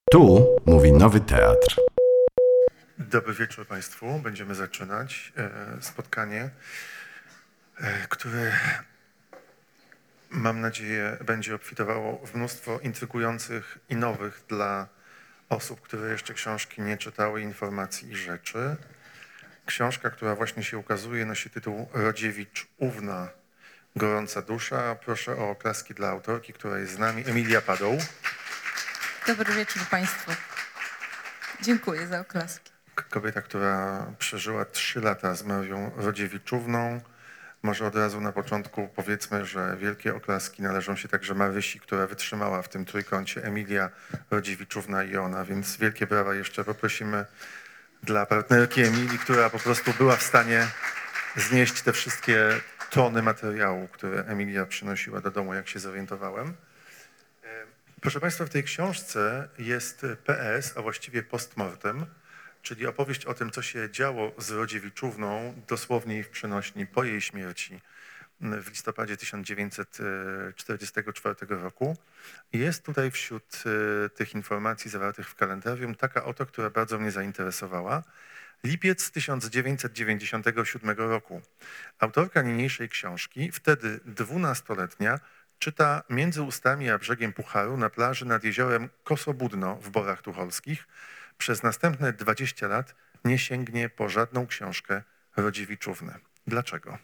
Tu mówi Nowy Teatr. Dobry wieczór Państwu. Będziemy zaczynać spotkanie, które mam nadzieję będzie obfitowało w mnóstwo intrygujących i nowych dla osób, które jeszcze książki nie czytały, informacji i rzeczy. Książka, która właśnie się ukazuje, nosi tytuł Rodziewicz Ówna, gorąca dusza. Proszę o oklaski dla autorki, która jest z nami, Emilia Padoł. Dobry wieczór Państwu. Dziękuję za oklaski. Kobieta, która przeżyła 3 lata z Marią Rodziewiczówną. Może od razu na początku powiedzmy, że wielkie oklaski należą się także Marysi, która wytrzymała w tym trójkącie, Emilia, Rodziewiczówna i ona, więc wielkie brawa jeszcze poprosimy dla partnerki Emilii, która po prostu była w stanie znieść te wszystkie tony materiału, które Emilia przynosiła do domu, jak się zorientowałem. Proszę Państwa, w tej książce jest PS, a właściwie postmortem, czyli opowieść o tym, co się działo z Rodziewiczówną dosłownie i w przenośni po jej śmierci w listopadzie 1944 roku. Jest tutaj wśród tych informacji zawartych w kalendarium taka oto, która bardzo mnie zainteresowała. Lipiec 1997 roku. Autorka niniejszej książki, wtedy 12-letnia, czyta między ustami a brzegiem Pucharu na plaży nad jeziorem Kosobudno w Borach Tucholskich. Przez następne 20 lat nie sięgnie po żadną książkę Rodziewiczówny. Dlaczego?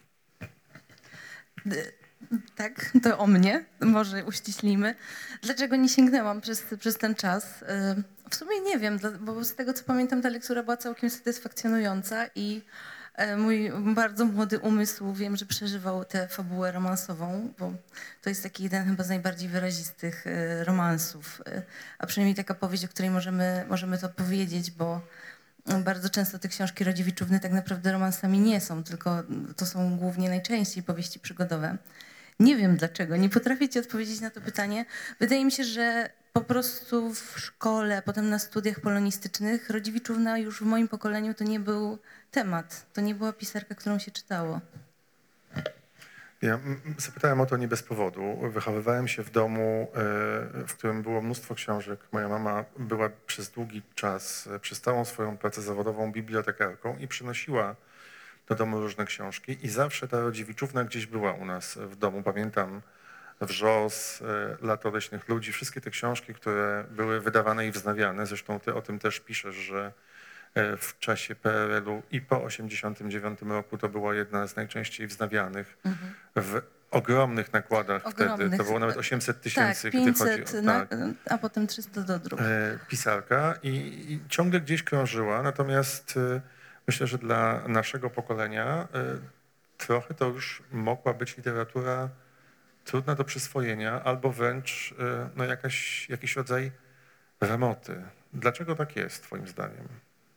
Tak, to o mnie. Może uściślimy. Dlaczego nie sięgnęłam przez ten czas? W sumie nie wiem, bo z tego co pamiętam ta lektura była całkiem satysfakcjonująca i mój bardzo młody umysł wiem, że przeżywał tę fabułę romansową, bo to jest taki jeden chyba z najbardziej wyrazistych romansów, a przynajmniej taka powieść, o której możemy to powiedzieć, bo bardzo często te książki Rodziewiczówny tak naprawdę romansami nie są, tylko to są głównie najczęściej powieści przygodowe. Nie wiem dlaczego, nie potrafię ci odpowiedzieć na to pytanie. Wydaje mi się, że po prostu w szkole, potem na studiach polonistycznych Rodziewiczówna już w moim pokoleniu to nie był temat. To nie była pisarka, którą się czytało. Ja zapytałem o to nie bez powodu. Wychowywałem się w domu, w którym było mnóstwo książek. Moja mama była przez długi czas, przez całą swoją pracę zawodową bibliotekarką i przynosiła do domu różne książki i zawsze ta Rodziewiczówna gdzieś była u nas w domu. Pamiętam Wrzos, Lato leśnych ludzi, wszystkie te książki, które były wydawane i wznawiane. Zresztą ty o tym też piszesz, że w czasie PRL-u i po 1989 roku to była jedna z najczęściej wznawianych w ogromnych nakładach wtedy. To było nawet 800 tysięcy, tak, 500 gdy chodzi o... Tak, a potem 300 do dróg. Pisarka i ciągle gdzieś krążyła, natomiast myślę, że dla naszego pokolenia trochę to już mogła być literatura trudna do przyswojenia albo wręcz no jakiś rodzaj ramoty. Dlaczego tak jest twoim zdaniem?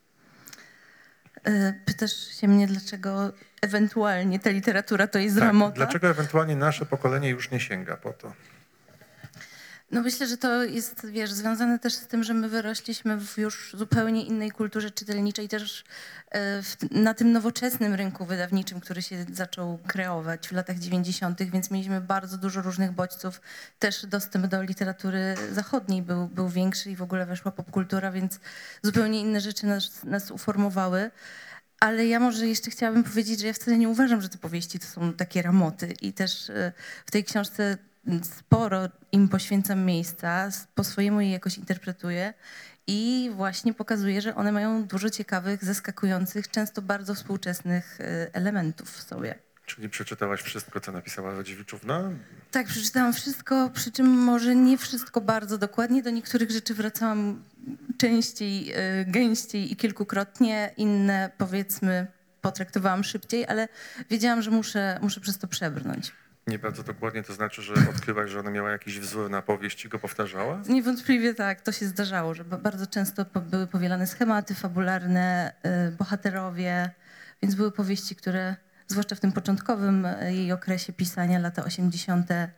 Pytasz się mnie, dlaczego ewentualnie ta literatura to jest Tak, ramota? dlaczego ewentualnie nasze pokolenie już nie sięga po to? No myślę, że to jest, związane też z tym, że my wyrośliśmy w już zupełnie innej kulturze czytelniczej, też na tym nowoczesnym rynku wydawniczym, który się zaczął kreować w latach 90., więc mieliśmy bardzo dużo różnych bodźców. Też dostęp do literatury zachodniej był większy i w ogóle weszła popkultura, więc zupełnie inne rzeczy nas uformowały. Ale ja może jeszcze chciałabym powiedzieć, że ja wcale nie uważam, że te powieści to są takie ramoty i też w tej książce sporo im poświęcam miejsca, po swojemu je jakoś interpretuję i właśnie pokazuję, że one mają dużo ciekawych, zaskakujących, często bardzo współczesnych elementów w sobie. Czyli przeczytałaś wszystko, co napisała Rodziewiczówna? Tak, przeczytałam wszystko, przy czym może nie wszystko bardzo dokładnie. Do niektórych rzeczy wracałam częściej, gęściej i kilkukrotnie. Inne, powiedzmy, potraktowałam szybciej, ale wiedziałam, że muszę przez to przebrnąć. Nie bardzo dokładnie, to znaczy, że odkryłaś, że ona miała jakiś wzór na powieść i go powtarzała? Niewątpliwie tak, to się zdarzało, że bardzo często były powielane schematy fabularne, bohaterowie, więc były powieści, które, zwłaszcza w tym początkowym jej okresie pisania, lata 80.,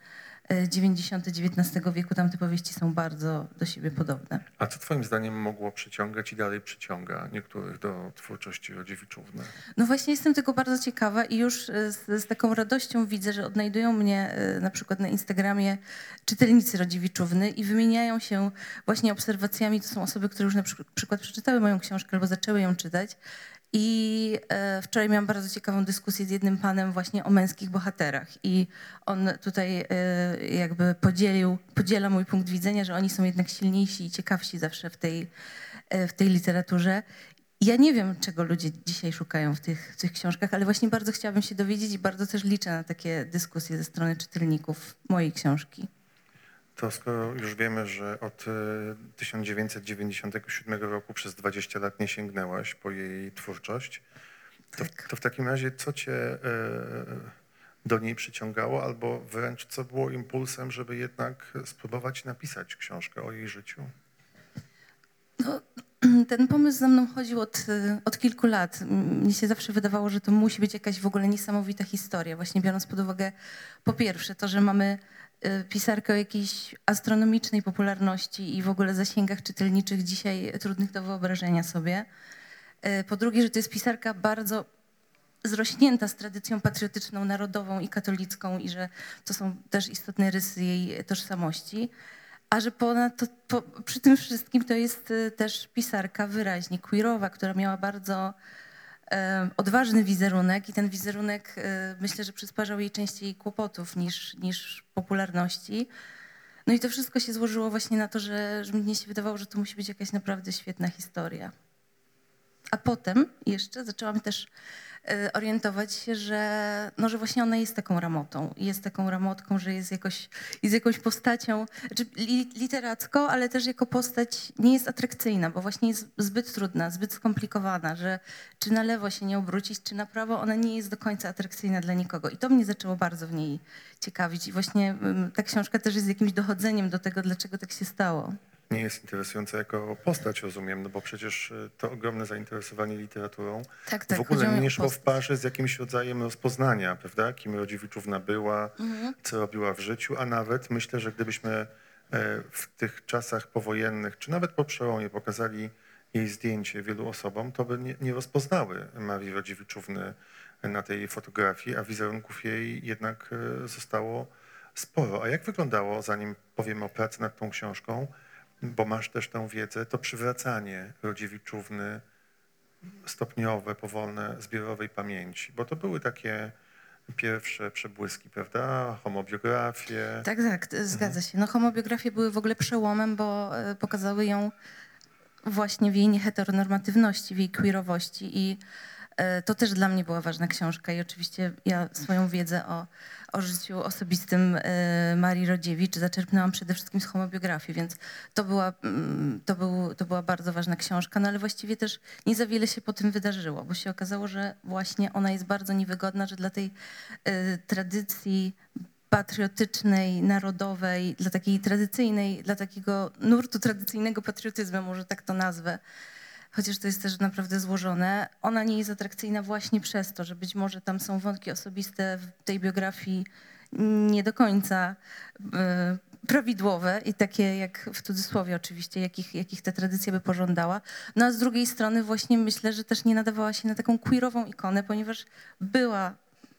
90. XIX wieku. Tam te powieści są bardzo do siebie podobne. A co twoim zdaniem mogło przyciągać i dalej przyciąga niektórych do twórczości Rodziewiczówny? No właśnie jestem tego bardzo ciekawa i już z taką radością widzę, że odnajdują mnie na przykład na Instagramie czytelnicy Rodziewiczówny i wymieniają się właśnie obserwacjami. To są osoby, które już na przykład przeczytały moją książkę albo zaczęły ją czytać. I wczoraj miałam bardzo ciekawą dyskusję z jednym panem właśnie o męskich bohaterach i on tutaj jakby podziela mój punkt widzenia, że oni są jednak silniejsi i ciekawsi zawsze w tej literaturze. Ja nie wiem, czego ludzie dzisiaj szukają w tych książkach, ale właśnie bardzo chciałabym się dowiedzieć i bardzo też liczę na takie dyskusje ze strony czytelników mojej książki. To skoro już wiemy, że od 1997 roku przez 20 lat nie sięgnęłaś po jej twórczość, to w takim razie co cię do niej przyciągało, albo wręcz co było impulsem, żeby jednak spróbować napisać książkę o jej życiu? No, ten pomysł za mną chodził od kilku lat. Mnie się zawsze wydawało, że to musi być jakaś w ogóle niesamowita historia, właśnie biorąc pod uwagę po pierwsze to, że mamy pisarkę o jakiejś astronomicznej popularności i w ogóle zasięgach czytelniczych dzisiaj trudnych do wyobrażenia sobie. Po drugie, że to jest pisarka bardzo zrośnięta z tradycją patriotyczną, narodową i katolicką i że to są też istotne rysy jej tożsamości. A że ponadto przy tym wszystkim to jest też pisarka wyraźnie queerowa, która miała bardzo odważny wizerunek i ten wizerunek myślę, że przysparzał jej częściej kłopotów niż popularności. No i to wszystko się złożyło właśnie na to, że mnie się wydawało, że to musi być jakaś naprawdę świetna historia. A potem jeszcze zaczęłam też orientować się, że właśnie ona jest taką ramotą. Jest taką ramotką, że jest jakąś postacią, znaczy literacko, ale też jako postać nie jest atrakcyjna, bo właśnie jest zbyt trudna, zbyt skomplikowana, że czy na lewo się nie obrócić, czy na prawo, ona nie jest do końca atrakcyjna dla nikogo. I to mnie zaczęło bardzo w niej ciekawić. I właśnie ta książka też jest jakimś dochodzeniem do tego, dlaczego tak się stało. Nie jest interesująca jako postać, rozumiem, no bo przecież to ogromne zainteresowanie literaturą Tak, w ogóle chodziło mi o nie szło w postać. parze z jakimś rodzajem rozpoznania, prawda? Kim Rodziewiczówna była, co robiła w życiu, a nawet myślę, że gdybyśmy w tych czasach powojennych, czy nawet po przełomie pokazali jej zdjęcie wielu osobom, to by nie rozpoznały Marii Rodziewiczówny na tej fotografii, a wizerunków jej jednak zostało sporo. A jak wyglądało, zanim powiem o pracy nad tą książką, bo masz też tę wiedzę, to przywracanie Rodziewiczówny stopniowe, powolne, zbiorowej pamięci, bo to były takie pierwsze przebłyski, prawda? Homobiografie. Tak, zgadza się. No homobiografie były w ogóle przełomem, bo pokazały ją właśnie w jej nieheteronormatywności, w jej queerowości i to też dla mnie była ważna książka i oczywiście ja swoją wiedzę o życiu osobistym Marii Rodziewicz zaczerpnęłam przede wszystkim z homobiografii, więc to była bardzo ważna książka, no ale właściwie też nie za wiele się po tym wydarzyło, bo się okazało, że właśnie ona jest bardzo niewygodna, że dla tej tradycji patriotycznej, narodowej, dla takiej tradycyjnej, dla takiego nurtu tradycyjnego patriotyzmu, może tak to nazwę, chociaż to jest też naprawdę złożone, ona nie jest atrakcyjna właśnie przez to, że być może tam są wątki osobiste w tej biografii nie do końca prawidłowe i takie jak w cudzysłowie oczywiście, jakich ta tradycja by pożądała. No a z drugiej strony właśnie myślę, że też nie nadawała się na taką queerową ikonę, ponieważ była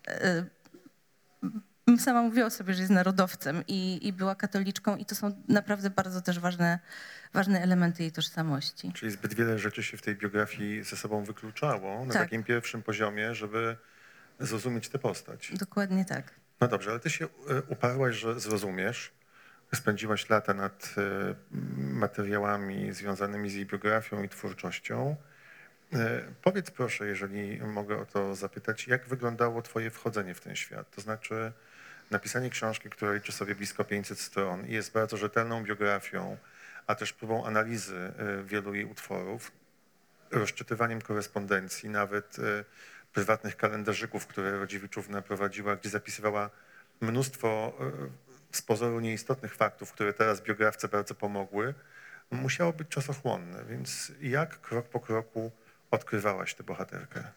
sama mówiła o sobie, że jest narodowcem i była katoliczką i to są naprawdę bardzo też ważne elementy jej tożsamości. Czyli zbyt wiele rzeczy się w tej biografii ze sobą wykluczało na Tak. takim pierwszym poziomie, żeby zrozumieć tę postać. Dokładnie tak. No dobrze, ale ty się uparłaś, że zrozumiesz. Spędziłaś lata nad materiałami związanymi z jej biografią i twórczością. Powiedz proszę, jeżeli mogę o to zapytać, jak wyglądało twoje wchodzenie w ten świat? To znaczy napisanie książki, która liczy sobie blisko 500 stron i jest bardzo rzetelną biografią, a też próbą analizy wielu jej utworów, rozczytywaniem korespondencji, nawet prywatnych kalendarzyków, które Rodziewiczówna prowadziła, gdzie zapisywała mnóstwo z pozoru nieistotnych faktów, które teraz biografce bardzo pomogły, musiało być czasochłonne. Więc jak krok po kroku odkrywałaś tę bohaterkę?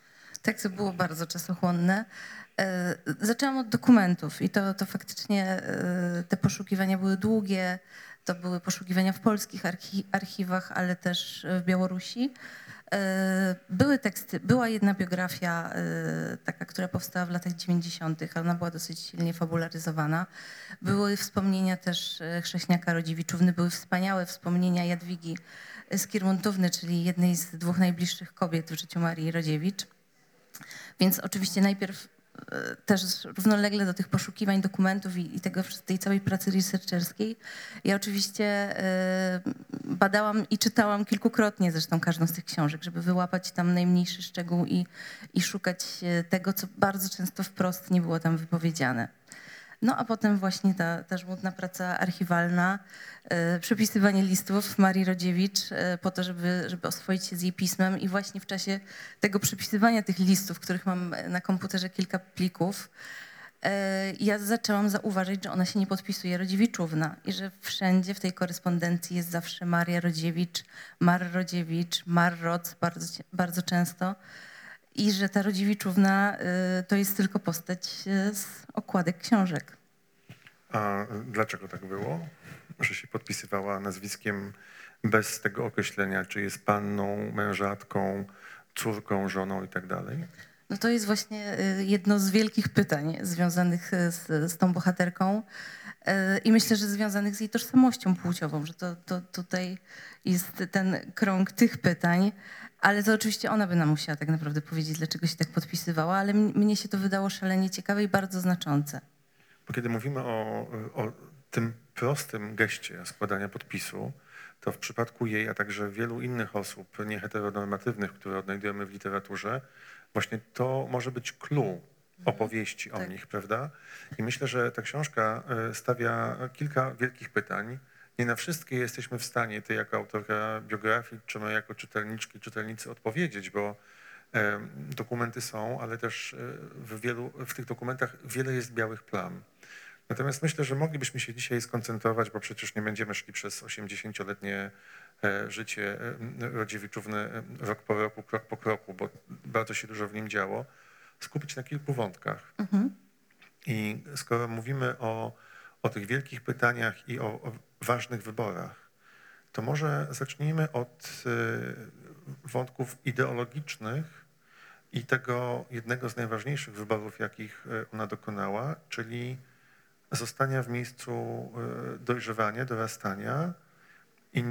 Tak, to było bardzo czasochłonne. Zaczęłam od dokumentów i to faktycznie te poszukiwania były długie. To były poszukiwania w polskich archiwach, ale też w Białorusi. Były teksty, była jedna biografia taka, która powstała w latach 90., ale ona była dosyć silnie fabularyzowana. Były wspomnienia też Chrześniaka Rodziewiczówny, były wspaniałe wspomnienia Jadwigi Skirmontówny, czyli jednej z dwóch najbliższych kobiet w życiu Marii Rodziewicz. Więc oczywiście najpierw też równolegle do tych poszukiwań dokumentów i tej całej pracy researcherskiej, ja oczywiście badałam i czytałam kilkukrotnie zresztą każdą z tych książek, żeby wyłapać tam najmniejszy szczegół i szukać tego, co bardzo często wprost nie było tam wypowiedziane. No a potem właśnie ta żmudna praca archiwalna, przepisywanie listów Marii Rodziewicz po to, żeby oswoić się z jej pismem i właśnie w czasie tego przepisywania tych listów, których mam na komputerze kilka plików, ja zaczęłam zauważyć, że ona się nie podpisuje Rodziewiczówna i że wszędzie w tej korespondencji jest zawsze Maria Rodziewicz, Mar Rodziewicz, Mar Roc bardzo, bardzo często i że ta Rodziewiczówna to jest tylko postać z okładek książek. A dlaczego tak było? Że się podpisywała nazwiskiem bez tego określenia, czy jest panną, mężatką, córką, żoną i tak dalej? No to jest właśnie jedno z wielkich pytań związanych z tą bohaterką i myślę, że związanych z jej tożsamością płciową, że to tutaj jest ten krąg tych pytań, ale to oczywiście ona by nam musiała tak naprawdę powiedzieć, dlaczego się tak podpisywała, ale mnie się to wydało szalenie ciekawe i bardzo znaczące. Bo kiedy mówimy o tym prostym geście składania podpisu, to w przypadku jej, a także wielu innych osób nieheteronormatywnych, które odnajdujemy w literaturze, właśnie to może być clue opowieści o nich, prawda? I myślę, że ta książka stawia kilka wielkich pytań. Nie na wszystkie jesteśmy w stanie, ty jako autorka biografii, czy my jako czytelniczki, czytelnicy odpowiedzieć, bo dokumenty są, ale też w tych dokumentach wiele jest białych plam. Natomiast myślę, że moglibyśmy się dzisiaj skoncentrować, bo przecież nie będziemy szli przez 80-letnie życie Rodziewiczówny rok po roku, krok po kroku, bo bardzo się dużo w nim działo, skupić na kilku wątkach. I skoro mówimy o tych wielkich pytaniach i o ważnych wyborach, to może zacznijmy od wątków ideologicznych i tego jednego z najważniejszych wyborów, jakich ona dokonała, czyli zostania w miejscu dojrzewania, dorastania i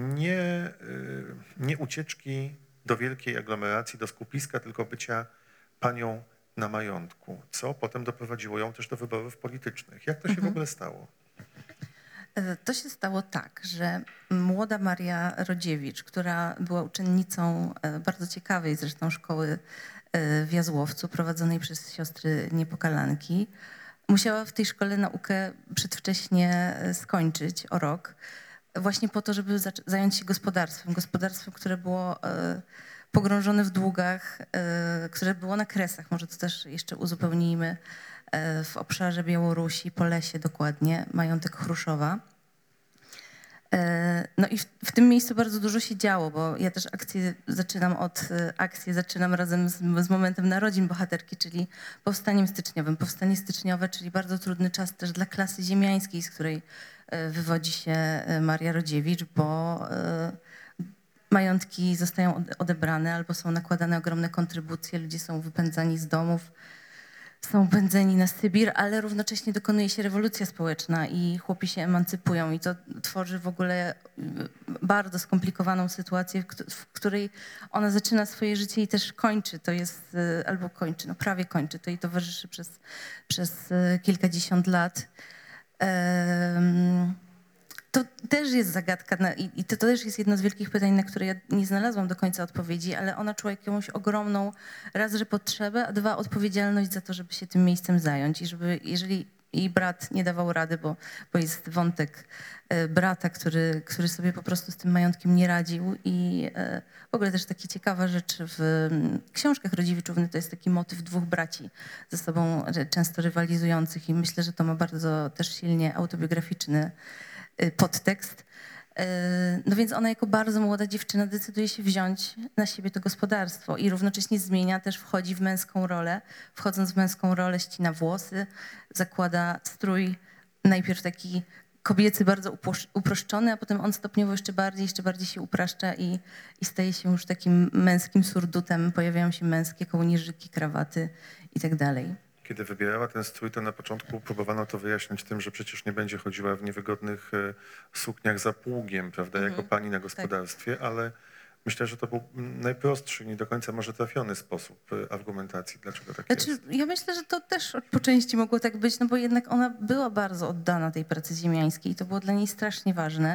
nie ucieczki do wielkiej aglomeracji, do skupiska, tylko bycia panią na majątku, co potem doprowadziło ją też do wyborów politycznych. Jak to się w ogóle stało? To się stało tak, że młoda Maria Rodziewicz, która była uczennicą bardzo ciekawej zresztą szkoły w Jazłowcu, prowadzonej przez siostry Niepokalanki, musiała w tej szkole naukę przedwcześnie skończyć o rok, właśnie po to, żeby zająć się gospodarstwem, które było pogrążone w długach, które było na Kresach, może to też jeszcze uzupełnijmy, w obszarze Białorusi, Polesie dokładnie, majątek Chruszowa. No i w tym miejscu bardzo dużo się działo, bo ja też akcję zaczynam razem z momentem narodzin bohaterki, czyli powstaniem styczniowym. Powstanie styczniowe, czyli bardzo trudny czas też dla klasy ziemiańskiej, z której wywodzi się Maria Rodziewicz, bo majątki zostają odebrane albo są nakładane ogromne kontrybucje, ludzie są wypędzani z domów, są pędzeni na Sybir, ale równocześnie dokonuje się rewolucja społeczna i chłopi się emancypują i to tworzy w ogóle bardzo skomplikowaną sytuację, w której ona zaczyna swoje życie i też kończy. To jest, albo kończy, no prawie kończy. To jej towarzyszy przez kilkadziesiąt lat. To też jest zagadka i to też jest jedno z wielkich pytań, na które ja nie znalazłam do końca odpowiedzi, ale ona czuła jakąś ogromną, raz, że potrzebę, a dwa, odpowiedzialność za to, żeby się tym miejscem zająć i żeby, jeżeli jej brat nie dawał rady, bo jest wątek brata, który sobie po prostu z tym majątkiem nie radził i w ogóle też taka ciekawa rzecz w książkach Rodziewiczówny to jest taki motyw dwóch braci ze sobą często rywalizujących i myślę, że to ma bardzo też silnie autobiograficzny podtekst. No więc ona jako bardzo młoda dziewczyna decyduje się wziąć na siebie to gospodarstwo i równocześnie zmienia, też wchodzi w męską rolę. Wchodząc w męską rolę ścina włosy, zakłada strój najpierw taki kobiecy, bardzo uproszczony, a potem on stopniowo jeszcze bardziej się upraszcza i staje się już takim męskim surdutem. Pojawiają się męskie kołnierzyki, krawaty i tak dalej. Kiedy wybierała ten strój, to na początku próbowano to wyjaśnić tym, że przecież nie będzie chodziła w niewygodnych sukniach za pługiem, prawda, jako pani na gospodarstwie, ale myślę, że to był najprostszy, nie do końca może trafiony sposób argumentacji, dlaczego tak jest. Ja myślę, że to też po części mogło tak być, no bo jednak ona była bardzo oddana tej pracy ziemiańskiej i to było dla niej strasznie ważne.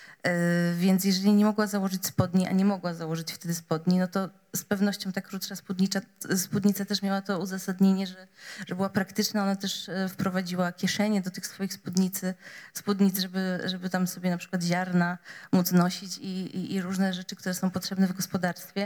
Więc jeżeli nie mogła założyć spodni, a nie mogła założyć wtedy spodni, no to z pewnością ta krótsza spódnica też miała to uzasadnienie, że była praktyczna. Ona też wprowadziła kieszenie do tych swoich spódnic, żeby tam sobie na przykład ziarna móc nosić i różne rzeczy, które są potrzebne w gospodarstwie.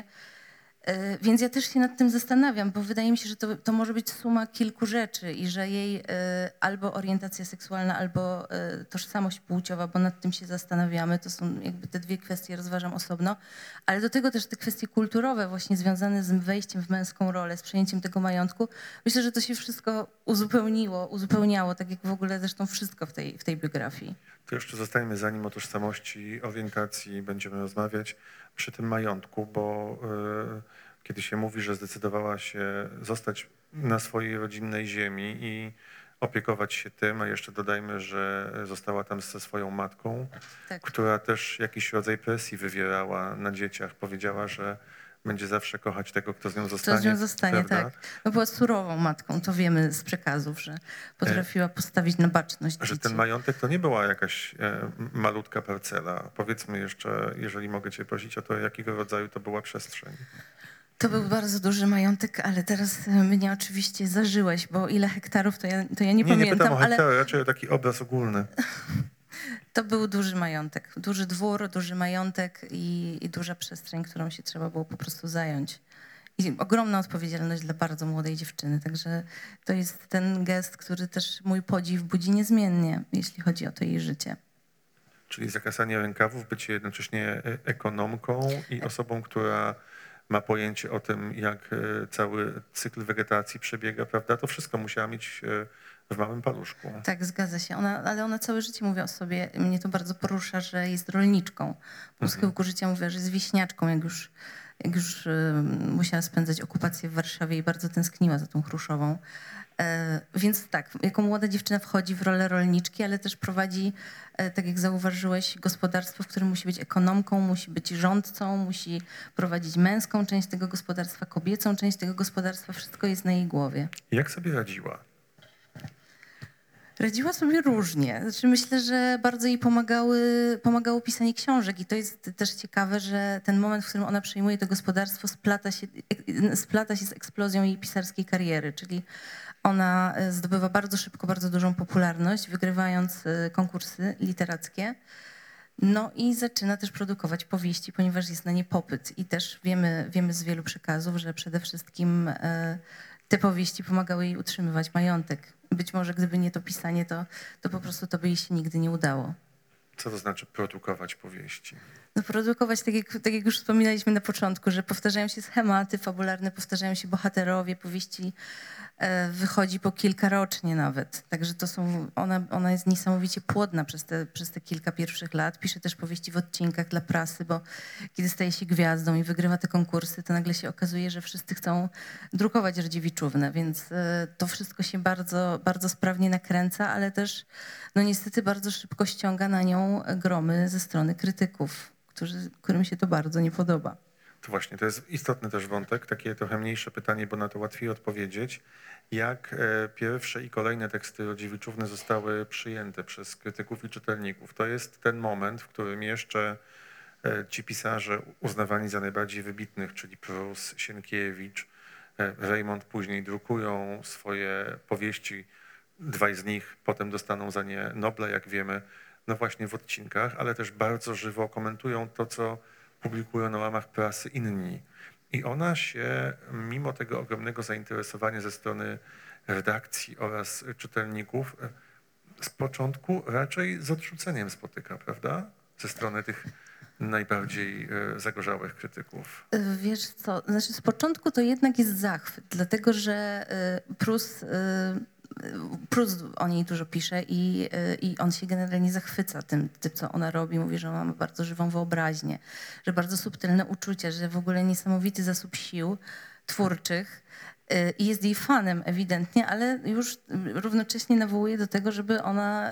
Więc ja też się nad tym zastanawiam, bo wydaje mi się, że to może być suma kilku rzeczy i że jej albo orientacja seksualna, albo tożsamość płciowa, bo nad tym się zastanawiamy, to są jakby te dwie kwestie, rozważam osobno, ale do tego też te kwestie kulturowe właśnie związane z wejściem w męską rolę, z przejęciem tego majątku. Myślę, że to się wszystko uzupełniało, tak jak w ogóle zresztą wszystko w tej biografii. To jeszcze zostańmy, zanim o tożsamości, orientacji będziemy rozmawiać, przy tym majątku, bo kiedy się mówi, że zdecydowała się zostać na swojej rodzinnej ziemi i opiekować się tym, a jeszcze dodajmy, że została tam ze swoją matką, Tak. która też jakiś rodzaj presji wywierała na dzieciach. Powiedziała, że będzie zawsze kochać tego, kto z nią zostanie. To z nią zostanie, prawda? tak. No była surową matką, to wiemy z przekazów, że potrafiła postawić na baczność Że dzieci. ten majątek to nie była jakaś malutka parcela. Powiedzmy jeszcze, jeżeli mogę cię prosić o to, jakiego rodzaju to była przestrzeń. To był bardzo duży majątek, ale teraz mnie oczywiście zażyłeś, bo ile hektarów to ja nie Nie pamiętam, pytam o ale hektary, raczej o taki obraz ogólny. to był duży majątek. Duży dwór, duży majątek i duża przestrzeń, którą się trzeba było po prostu zająć. I ogromna odpowiedzialność dla bardzo młodej dziewczyny, także to jest ten gest, który też mój podziw budzi niezmiennie, jeśli chodzi o to jej życie. Czyli zakasanie rękawów, bycie jednocześnie ekonomką i osobą, która ma pojęcie o tym, jak cały cykl wegetacji przebiega, prawda? To wszystko musiała mieć w małym paluszku. Tak, zgadza się. Ale ona całe życie mówi o sobie, mnie to bardzo porusza, że jest rolniczką. Po schyłku życia mówiła, że jest wieśniaczką, jak już musiała spędzać okupację w Warszawie i bardzo tęskniła za tą Chruszową. Więc tak, jako młoda dziewczyna wchodzi w rolę rolniczki, ale też prowadzi, tak jak zauważyłeś, gospodarstwo, w którym musi być ekonomką, musi być rządcą, musi prowadzić męską część tego gospodarstwa, kobiecą część tego gospodarstwa. Wszystko jest na jej głowie. Jak sobie radziła? Radziła sobie różnie. Znaczy myślę, że bardzo jej pomagało pisanie książek i to jest też ciekawe, że ten moment, w którym ona przejmuje to gospodarstwo, splata się z eksplozją jej pisarskiej kariery, czyli ona zdobywa bardzo szybko bardzo dużą popularność, wygrywając konkursy literackie. No i zaczyna też produkować powieści, ponieważ jest na nie popyt i też wiemy z wielu przekazów, że przede wszystkim te powieści pomagały jej utrzymywać majątek. Być może gdyby nie to pisanie, to po prostu to by jej się nigdy nie udało. Co to znaczy produkować powieści? No produkować, tak jak już wspominaliśmy na początku, że powtarzają się schematy fabularne, powtarzają się bohaterowie, powieści wychodzi po kilka rocznie nawet. Także ona jest niesamowicie płodna przez te kilka pierwszych lat. Pisze też powieści w odcinkach dla prasy, bo kiedy staje się gwiazdą i wygrywa te konkursy, to nagle się okazuje, że wszyscy chcą drukować Radziewiczównę, więc to wszystko się bardzo, bardzo sprawnie nakręca, ale też no niestety bardzo szybko ściąga na nią gromy ze strony krytyków, którym się to bardzo nie podoba. To właśnie, to jest istotny też wątek, takie trochę mniejsze pytanie, bo na to łatwiej odpowiedzieć. Jak pierwsze i kolejne teksty Rodziewiczówny zostały przyjęte przez krytyków i czytelników? To jest ten moment, w którym jeszcze ci pisarze uznawani za najbardziej wybitnych, czyli Prus, Sienkiewicz, Reymont później drukują swoje powieści. Dwaj z nich potem dostaną za nie Nobla, jak wiemy, no właśnie w odcinkach, ale też bardzo żywo komentują to, co publikują na łamach prasy inni. I ona się, mimo tego ogromnego zainteresowania ze strony redakcji oraz czytelników, z początku raczej z odrzuceniem spotyka, prawda? ze strony tych najbardziej zagorzałych krytyków? Wiesz co, znaczy z początku to jednak jest zachwyt, dlatego że Prus o niej dużo pisze i on się generalnie zachwyca tym, co ona robi. Mówi, że ma bardzo żywą wyobraźnię, że bardzo subtelne uczucia, że w ogóle niesamowity zasób sił twórczych. I jest jej fanem ewidentnie, ale już równocześnie nawołuje do tego, żeby ona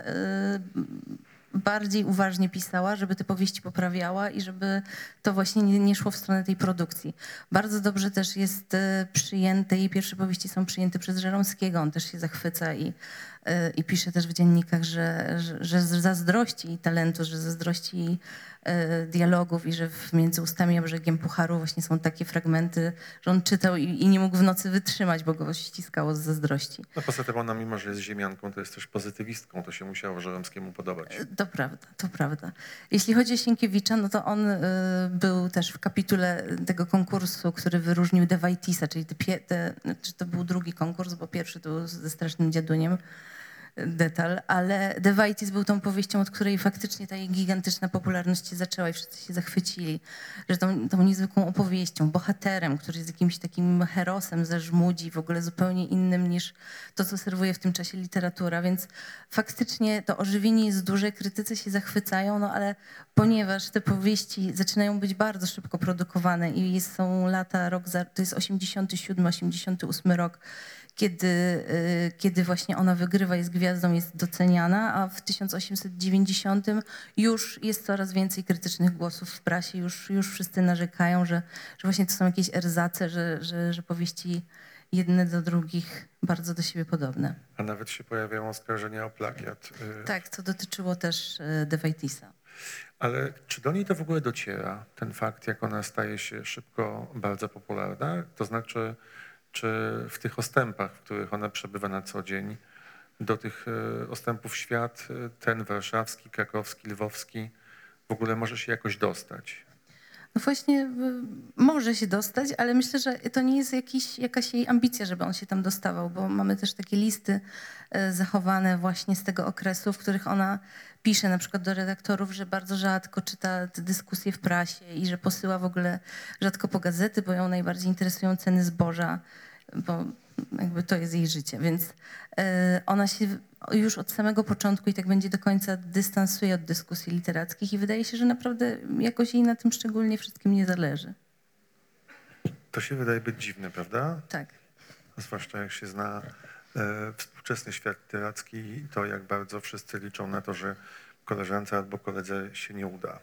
bardziej uważnie pisała, żeby te powieści poprawiała i żeby to właśnie nie szło w stronę tej produkcji. Bardzo dobrze też jest przyjęte, jej pierwsze powieści są przyjęte przez Żeromskiego, on też się zachwyca i pisze też w dziennikach, że zazdrości jej talentu, że zazdrości jej dialogów i że między ustami a brzegiem pucharu właśnie są takie fragmenty, że on czytał i nie mógł w nocy wytrzymać, bo go ściskało z zazdrości. No poza tym ona, mimo że jest ziemianką, to jest też pozytywistką. To się musiało Żeromskiemu podobać. To prawda, to prawda. Jeśli chodzi o Sienkiewicza, no to on był też w kapitule tego konkursu, który wyróżnił De Vaitisa, czyli znaczy to był drugi konkurs, bo pierwszy to był ze Strasznym Dziaduniem, detal, ale De Vaitis był tą powieścią, od której faktycznie ta jej gigantyczna popularność się zaczęła i wszyscy się zachwycili, że tą niezwykłą opowieścią, bohaterem, który jest jakimś takim herosem ze Żmudzi, w ogóle zupełnie innym niż to, co serwuje w tym czasie literatura, więc faktycznie to ożywienie jest duże, krytycy się zachwycają, no ale ponieważ te powieści zaczynają być bardzo szybko produkowane i są lata, to jest 87, 88 rok, kiedy właśnie ona wygrywa, jest gwiazdą, jest doceniana, a w 1890 już jest coraz więcej krytycznych głosów w prasie, już wszyscy narzekają, że właśnie to są jakieś erzace, że powieści jedne do drugich bardzo do siebie podobne. A nawet się pojawiają oskarżenia o plagiat. Tak, co dotyczyło też De Vaitisa. Ale czy do niej to w ogóle dociera, ten fakt, jak ona staje się szybko bardzo popularna? To znaczy, czy w tych ostępach, w których ona przebywa na co dzień, do tych ostępów świat, ten warszawski, krakowski, lwowski, w ogóle może się jakoś dostać? No właśnie może się dostać, ale myślę, że to nie jest jakaś jej ambicja, żeby on się tam dostawał, bo mamy też takie listy zachowane właśnie z tego okresu, w których ona pisze na przykład do redaktorów, że bardzo rzadko czyta te dyskusje w prasie i że posyła w ogóle rzadko po gazety, bo ją najbardziej interesują ceny zboża, bo jakby to jest jej życie, więc ona się już od samego początku i tak będzie do końca dystansuje od dyskusji literackich i wydaje się, że naprawdę jakoś jej na tym szczególnie wszystkim nie zależy. To się wydaje być dziwne, prawda? Tak. Zwłaszcza jak się zna współczesny świat literacki i to, jak bardzo wszyscy liczą na to, że koleżance albo koledze się nie uda.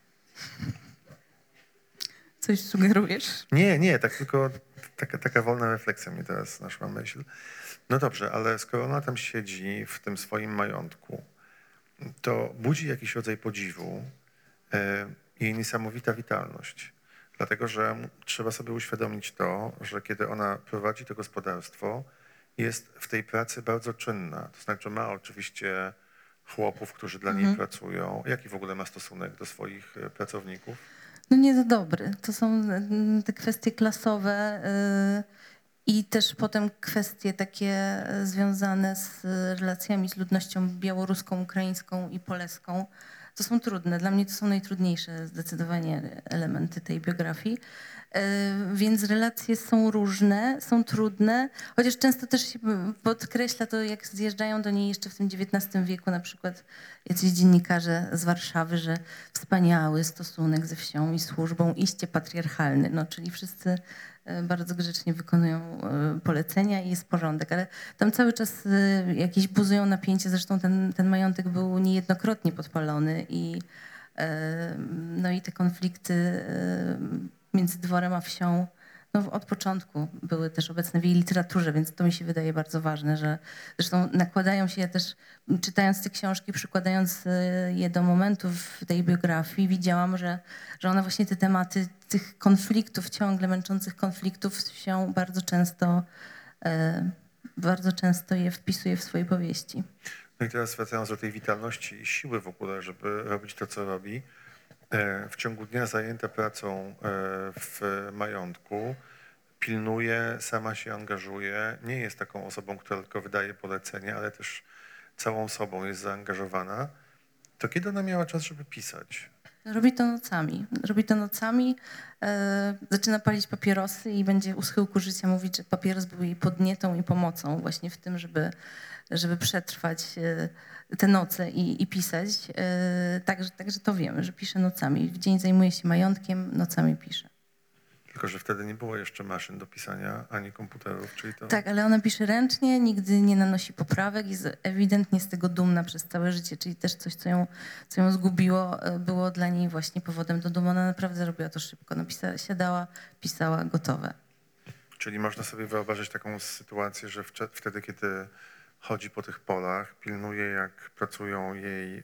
Coś sugerujesz? Nie, tak tylko taka wolna refleksja mnie teraz naszła myśl. No dobrze, ale skoro ona tam siedzi w tym swoim majątku, to budzi jakiś rodzaj podziwu jej niesamowita witalność. Dlatego, że trzeba sobie uświadomić to, że kiedy ona prowadzi to gospodarstwo, jest w tej pracy bardzo czynna. To znaczy ma oczywiście chłopów, którzy dla niej pracują. Jaki w ogóle ma stosunek do swoich pracowników? No nie za dobry. To są te kwestie klasowe i też potem kwestie takie związane z relacjami z ludnością białoruską, ukraińską i polską. To są trudne. Dla mnie to są najtrudniejsze zdecydowanie elementy tej biografii. Więc relacje są różne, są trudne, chociaż często też się podkreśla to, jak zjeżdżają do niej jeszcze w tym XIX wieku na przykład jacyś dziennikarze z Warszawy, że wspaniały stosunek ze wsią i służbą, iście patriarchalny, no, czyli wszyscy bardzo grzecznie wykonują polecenia i jest porządek, ale tam cały czas jakieś buzują napięcie, zresztą ten majątek był niejednokrotnie podpalony no i te konflikty między dworem a wsią no od początku były też obecne w jej literaturze, więc to mi się wydaje bardzo ważne, że zresztą nakładają się, ja też czytając te książki, przykładając je do momentów w tej biografii, widziałam, że ona właśnie te tematy tych konfliktów, ciągle męczących konfliktów się bardzo często je wpisuje w swoje powieści. No i teraz wracając do tej witalności i siły w ogóle, żeby robić to, co robi, w ciągu dnia zajęta pracą w majątku, pilnuje, sama się angażuje, nie jest taką osobą, która tylko wydaje polecenia, ale też całą sobą jest zaangażowana. To kiedy ona miała czas, żeby pisać? Robi to nocami. Zaczyna palić papierosy i będzie u schyłku życia mówić, że papieros był jej podnietą i pomocą właśnie w tym, żeby przetrwać te noce i pisać. Także to wiemy, że pisze nocami. W dzień zajmuje się majątkiem, nocami pisze. Tylko że wtedy nie było jeszcze maszyn do pisania, ani komputerów, czyli to... Tak, ale ona pisze ręcznie, nigdy nie nanosi poprawek, jest ewidentnie z tego dumna przez całe życie, czyli też coś, co ją zgubiło, było dla niej właśnie powodem do dumy. Ona naprawdę robiła to szybko. Siadała, pisała, gotowe. Czyli można sobie wyobrazić taką sytuację, że wtedy, kiedy chodzi po tych polach, pilnuje, jak pracują jej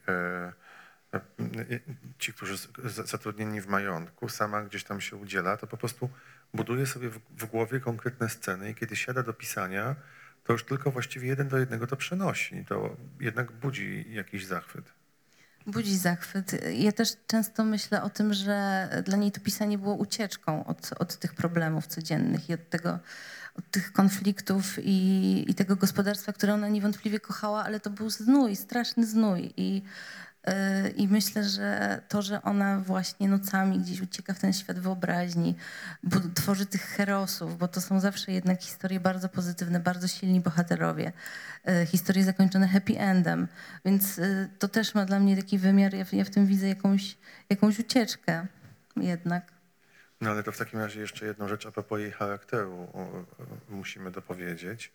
ci, którzy zatrudnieni w majątku, sama gdzieś tam się udziela, to po prostu buduje sobie w głowie konkretne sceny i kiedy siada do pisania, to już tylko właściwie 1 do 1 to przenosi. To jednak budzi jakiś zachwyt. Budzi zachwyt. Ja też często myślę o tym, że dla niej to pisanie było ucieczką od tych problemów codziennych i od tych konfliktów i tego gospodarstwa, które ona niewątpliwie kochała, ale to był znój, straszny znój. I myślę, że to, że ona właśnie nocami gdzieś ucieka w ten świat wyobraźni, tworzy tych herosów, bo to są zawsze jednak historie bardzo pozytywne, bardzo silni bohaterowie, historie zakończone happy endem, więc to też ma dla mnie taki wymiar, ja w tym widzę jakąś ucieczkę jednak. No ale to w takim razie jeszcze jedną rzecz a propos jej charakteru musimy dopowiedzieć.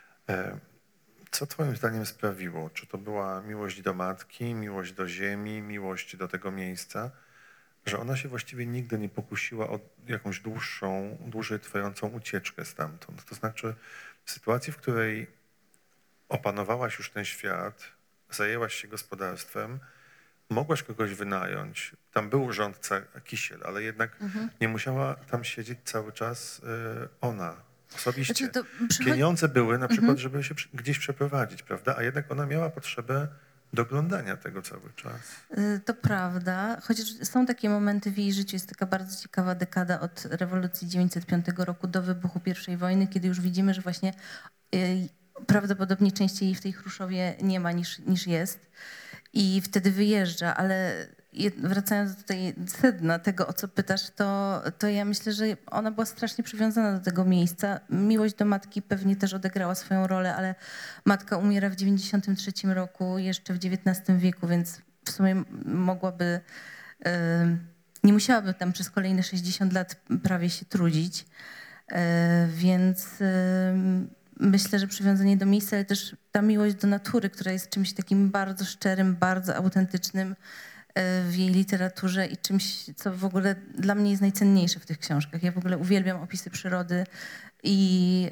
Co twoim zdaniem sprawiło? Czy to była miłość do matki, miłość do ziemi, miłość do tego miejsca, że ona się właściwie nigdy nie pokusiła o jakąś dłużej trwającą ucieczkę stamtąd? To znaczy w sytuacji, w której opanowałaś już ten świat, zajęłaś się gospodarstwem, mogłaś kogoś wynająć. Tam był rządca Kisiel, ale jednak nie musiała tam siedzieć cały czas ona. Osobiście. Znaczy Pieniądze były na przykład, żeby się gdzieś przeprowadzić, prawda? A jednak ona miała potrzebę doglądania tego cały czas. To prawda, chociaż są takie momenty w jej życiu, jest taka bardzo ciekawa dekada od rewolucji 905 roku do wybuchu I wojny, kiedy już widzimy, że właśnie prawdopodobnie częściej jej w tej Chruszowie nie ma niż jest i wtedy wyjeżdża, ale wracając do tej sedna tego, o co pytasz, to ja myślę, że ona była strasznie przywiązana do tego miejsca. Miłość do matki pewnie też odegrała swoją rolę, ale matka umiera w 93 roku, jeszcze w XIX wieku, więc w sumie mogłaby, nie musiałaby tam przez kolejne 60 lat prawie się trudzić, więc myślę, że przywiązanie do miejsca, ale też ta miłość do natury, która jest czymś takim bardzo szczerym, bardzo autentycznym w jej literaturze i czymś, co w ogóle dla mnie jest najcenniejsze w tych książkach. Ja w ogóle uwielbiam opisy przyrody i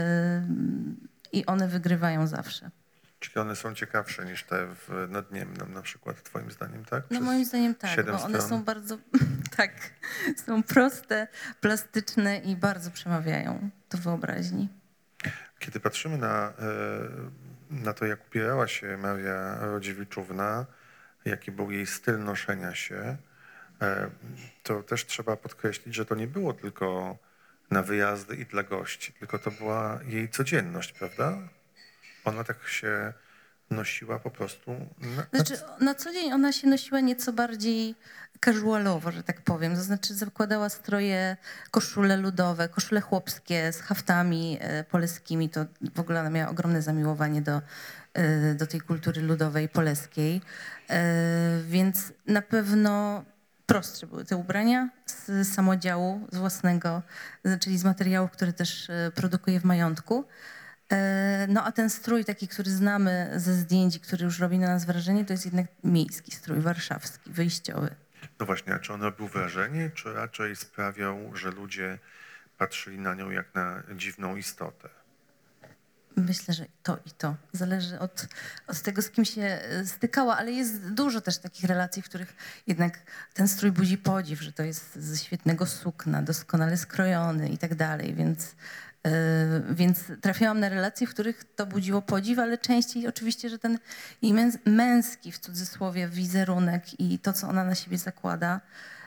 one wygrywają zawsze. Czyli one są ciekawsze niż te w Nadniemnem na przykład, twoim zdaniem, tak? No moim zdaniem tak, bo one są bardzo, tak, są proste, plastyczne i bardzo przemawiają do wyobraźni. Kiedy patrzymy na to, jak upierała się Maria Rodziewiczówna, jaki był jej styl noszenia się, to też trzeba podkreślić, że to nie było tylko na wyjazdy i dla gości, tylko to była jej codzienność, prawda? Ona tak się nosiła po prostu. Znaczy na co dzień ona się nosiła nieco bardziej casualowo, że tak powiem. To znaczy zakładała stroje, koszule ludowe, koszule chłopskie z haftami poleskimi. To w ogóle ona miała ogromne zamiłowanie do tej kultury ludowej poleskiej. Więc na pewno prostsze były te ubrania z samodziału, z własnego, czyli z materiałów, które też produkuje w majątku. No a ten strój taki, który znamy ze zdjęć, który już robi na nas wrażenie, to jest jednak miejski strój, warszawski, wyjściowy. No właśnie, a czy on robił wrażenie, czy raczej sprawiał, że ludzie patrzyli na nią jak na dziwną istotę? Myślę, że to i to. Zależy od tego, z kim się stykała, ale jest dużo też takich relacji, w których jednak ten strój budzi podziw, że to jest ze świetnego sukna, doskonale skrojony i tak dalej, więc trafiałam na relacje, w których to budziło podziw, ale częściej oczywiście, że ten jej męski, w cudzysłowie, wizerunek i to, co ona na siebie zakłada,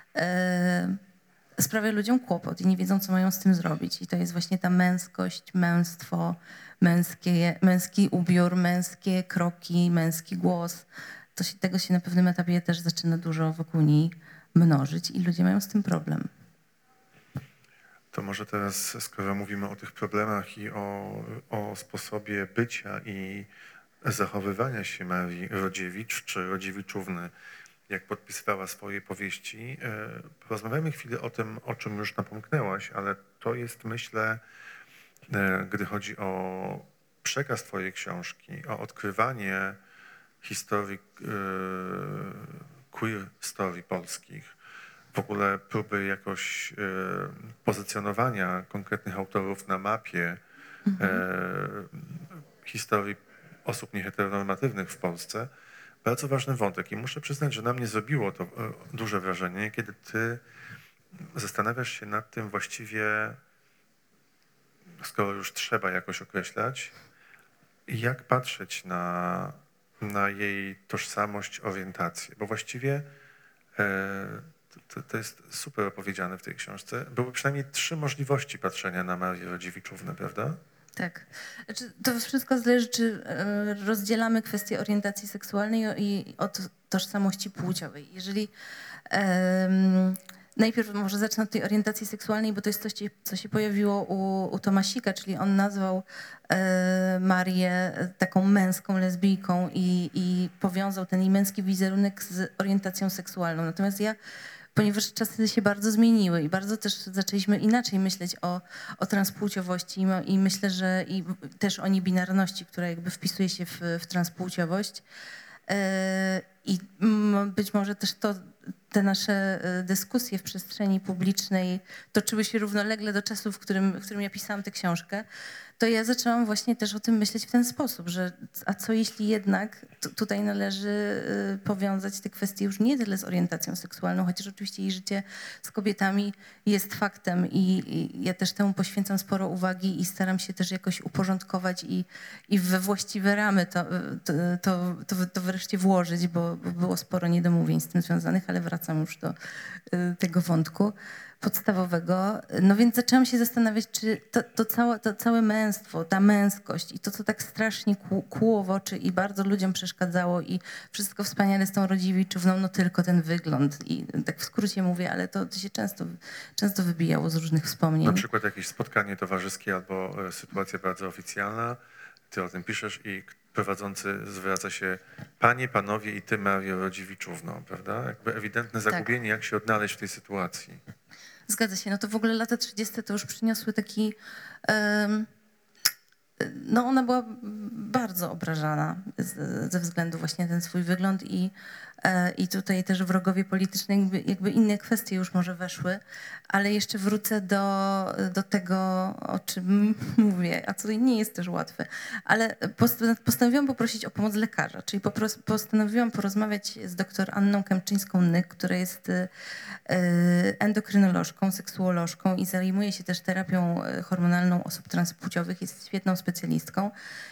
sprawia ludziom kłopot i nie wiedzą, co mają z tym zrobić. I to jest właśnie ta męskość, męstwo, męski ubiór, męskie kroki, męski głos. tego się na pewnym etapie też zaczyna dużo wokół niej mnożyć i ludzie mają z tym problem. To może teraz, skoro mówimy o tych problemach i o sposobie bycia i zachowywania się Marii Rodziewicz czy Rodziewiczówny, jak podpisywała swoje powieści, porozmawiamy chwilę o tym, o czym już napomknęłaś, ale to jest, myślę, gdy chodzi o przekaz twojej książki, o odkrywanie historii queer story polskich, w ogóle próby jakoś pozycjonowania konkretnych autorów na mapie historii osób nieheteronormatywnych w Polsce, bardzo ważny wątek. I muszę przyznać, że na mnie zrobiło to duże wrażenie, kiedy ty zastanawiasz się nad tym właściwie, skoro już trzeba jakoś określać, jak patrzeć na jej tożsamość, orientację. Bo właściwie to jest super opowiedziane w tej książce. Były przynajmniej 3 możliwości patrzenia na Marię Rodziewiczównę, prawda? Tak. Znaczy, to wszystko zależy, czy rozdzielamy kwestię orientacji seksualnej i od tożsamości płciowej. Jeżeli najpierw może zacznę od tej orientacji seksualnej, bo to jest coś, co się pojawiło u Tomasika, czyli on nazwał Marię taką męską lesbijką i powiązał ten jej męski wizerunek z orientacją seksualną. Natomiast ponieważ czasy się bardzo zmieniły i bardzo też zaczęliśmy inaczej myśleć o transpłciowości i myślę, że i też o niebinarności, która jakby wpisuje się w transpłciowość. I być może też te nasze dyskusje w przestrzeni publicznej toczyły się równolegle do czasu, w którym ja pisałam tę książkę, to ja zaczęłam właśnie też o tym myśleć w ten sposób, że a co jeśli jednak tutaj należy powiązać te kwestie już nie tyle z orientacją seksualną, chociaż oczywiście jej życie z kobietami jest faktem i ja też temu poświęcam sporo uwagi i staram się też jakoś uporządkować i we właściwe ramy to wreszcie włożyć, bo było sporo niedomówień z tym związanych, ale wracam już do tego wątku podstawowego. No więc zaczęłam się zastanawiać, czy to całe męstwo, ta męskość i to, co tak strasznie kłuło w oczy i bardzo ludziom przeszkadzało i wszystko wspaniale z tą Rodziewiczówną, no tylko ten wygląd. I tak w skrócie mówię, ale to się często wybijało z różnych wspomnień. Na przykład jakieś spotkanie towarzyskie albo sytuacja bardzo oficjalna, ty o tym piszesz i prowadzący zwraca się panie, panowie i ty, Mario Rodziewiczówno, prawda? Jakby ewidentne zagubienie, jak się odnaleźć w tej sytuacji. Zgadza się. No to w ogóle lata 30. to już przyniosły taki... No ona była bardzo obrażana ze względu właśnie na ten swój wygląd i tutaj też wrogowie polityczni jakby inne kwestie już może weszły, ale jeszcze wrócę do tego, o czym mówię, a co nie jest też łatwe, ale postanowiłam poprosić o pomoc lekarza, czyli postanowiłam porozmawiać z dr Anną Kępczyńską-Nyk, która jest endokrynolożką, seksuolożką i zajmuje się też terapią hormonalną osób transpłciowych, jest świetną specjalistką.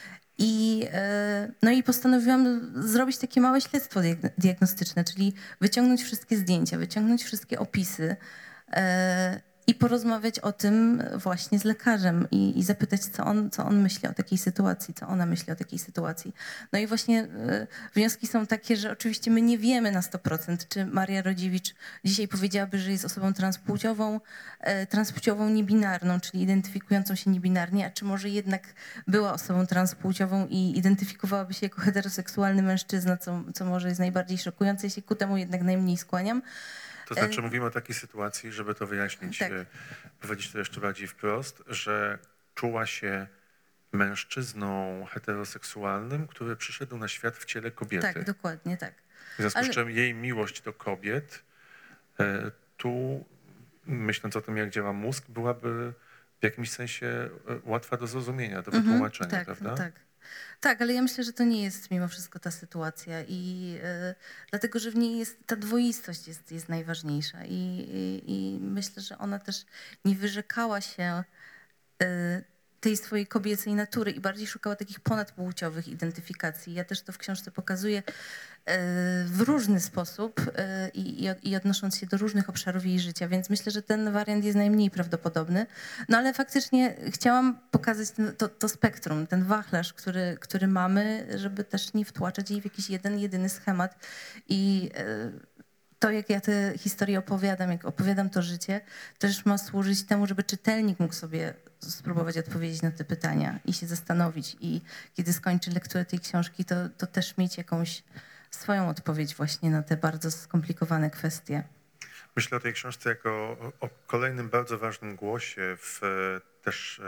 No i postanowiłam zrobić takie małe śledztwo diagnostyczne, czyli wyciągnąć wszystkie zdjęcia, wyciągnąć wszystkie opisy i porozmawiać o tym właśnie z lekarzem i zapytać, co on myśli o takiej sytuacji, co ona myśli o takiej sytuacji. No i właśnie wnioski są takie, że oczywiście my nie wiemy na 100%, czy Maria Rodziewicz dzisiaj powiedziałaby, że jest osobą transpłciową niebinarną, czyli identyfikującą się niebinarnie, a czy może jednak była osobą transpłciową i identyfikowałaby się jako heteroseksualny mężczyzna, co może jest najbardziej szokujące. Ja się ku temu jednak najmniej skłaniam. To znaczy mówimy o takiej sytuacji, żeby to wyjaśnić, tak. Powiedzieć to jeszcze bardziej wprost, że czuła się mężczyzną heteroseksualnym, który przyszedł na świat w ciele kobiety. Tak, dokładnie tak. W związku z czym jej miłość do kobiet, tu myśląc o tym, jak działa mózg, byłaby w jakimś sensie łatwa do zrozumienia, do wytłumaczenia, tak, prawda? Tak. Tak, ale ja myślę, że to nie jest mimo wszystko ta sytuacja i dlatego, że w niej jest ta dwoistość jest najważniejsza i myślę, że ona też nie wyrzekała się tej swojej kobiecej natury i bardziej szukała takich ponadpłciowych identyfikacji. Ja też to w książce pokazuję, w różny sposób i odnosząc się do różnych obszarów jej życia, więc myślę, że ten wariant jest najmniej prawdopodobny. No ale faktycznie chciałam pokazać to spektrum, ten wachlarz, który mamy, żeby też nie wtłaczać jej w jakiś jedyny schemat. I to, jak ja te historie opowiadam, jak opowiadam to życie, też ma służyć temu, żeby czytelnik mógł sobie spróbować odpowiedzieć na te pytania i się zastanowić. I kiedy skończy lekturę tej książki, to też mieć jakąś swoją odpowiedź właśnie na te bardzo skomplikowane kwestie. Myślę o tej książce jako o kolejnym bardzo ważnym głosie w też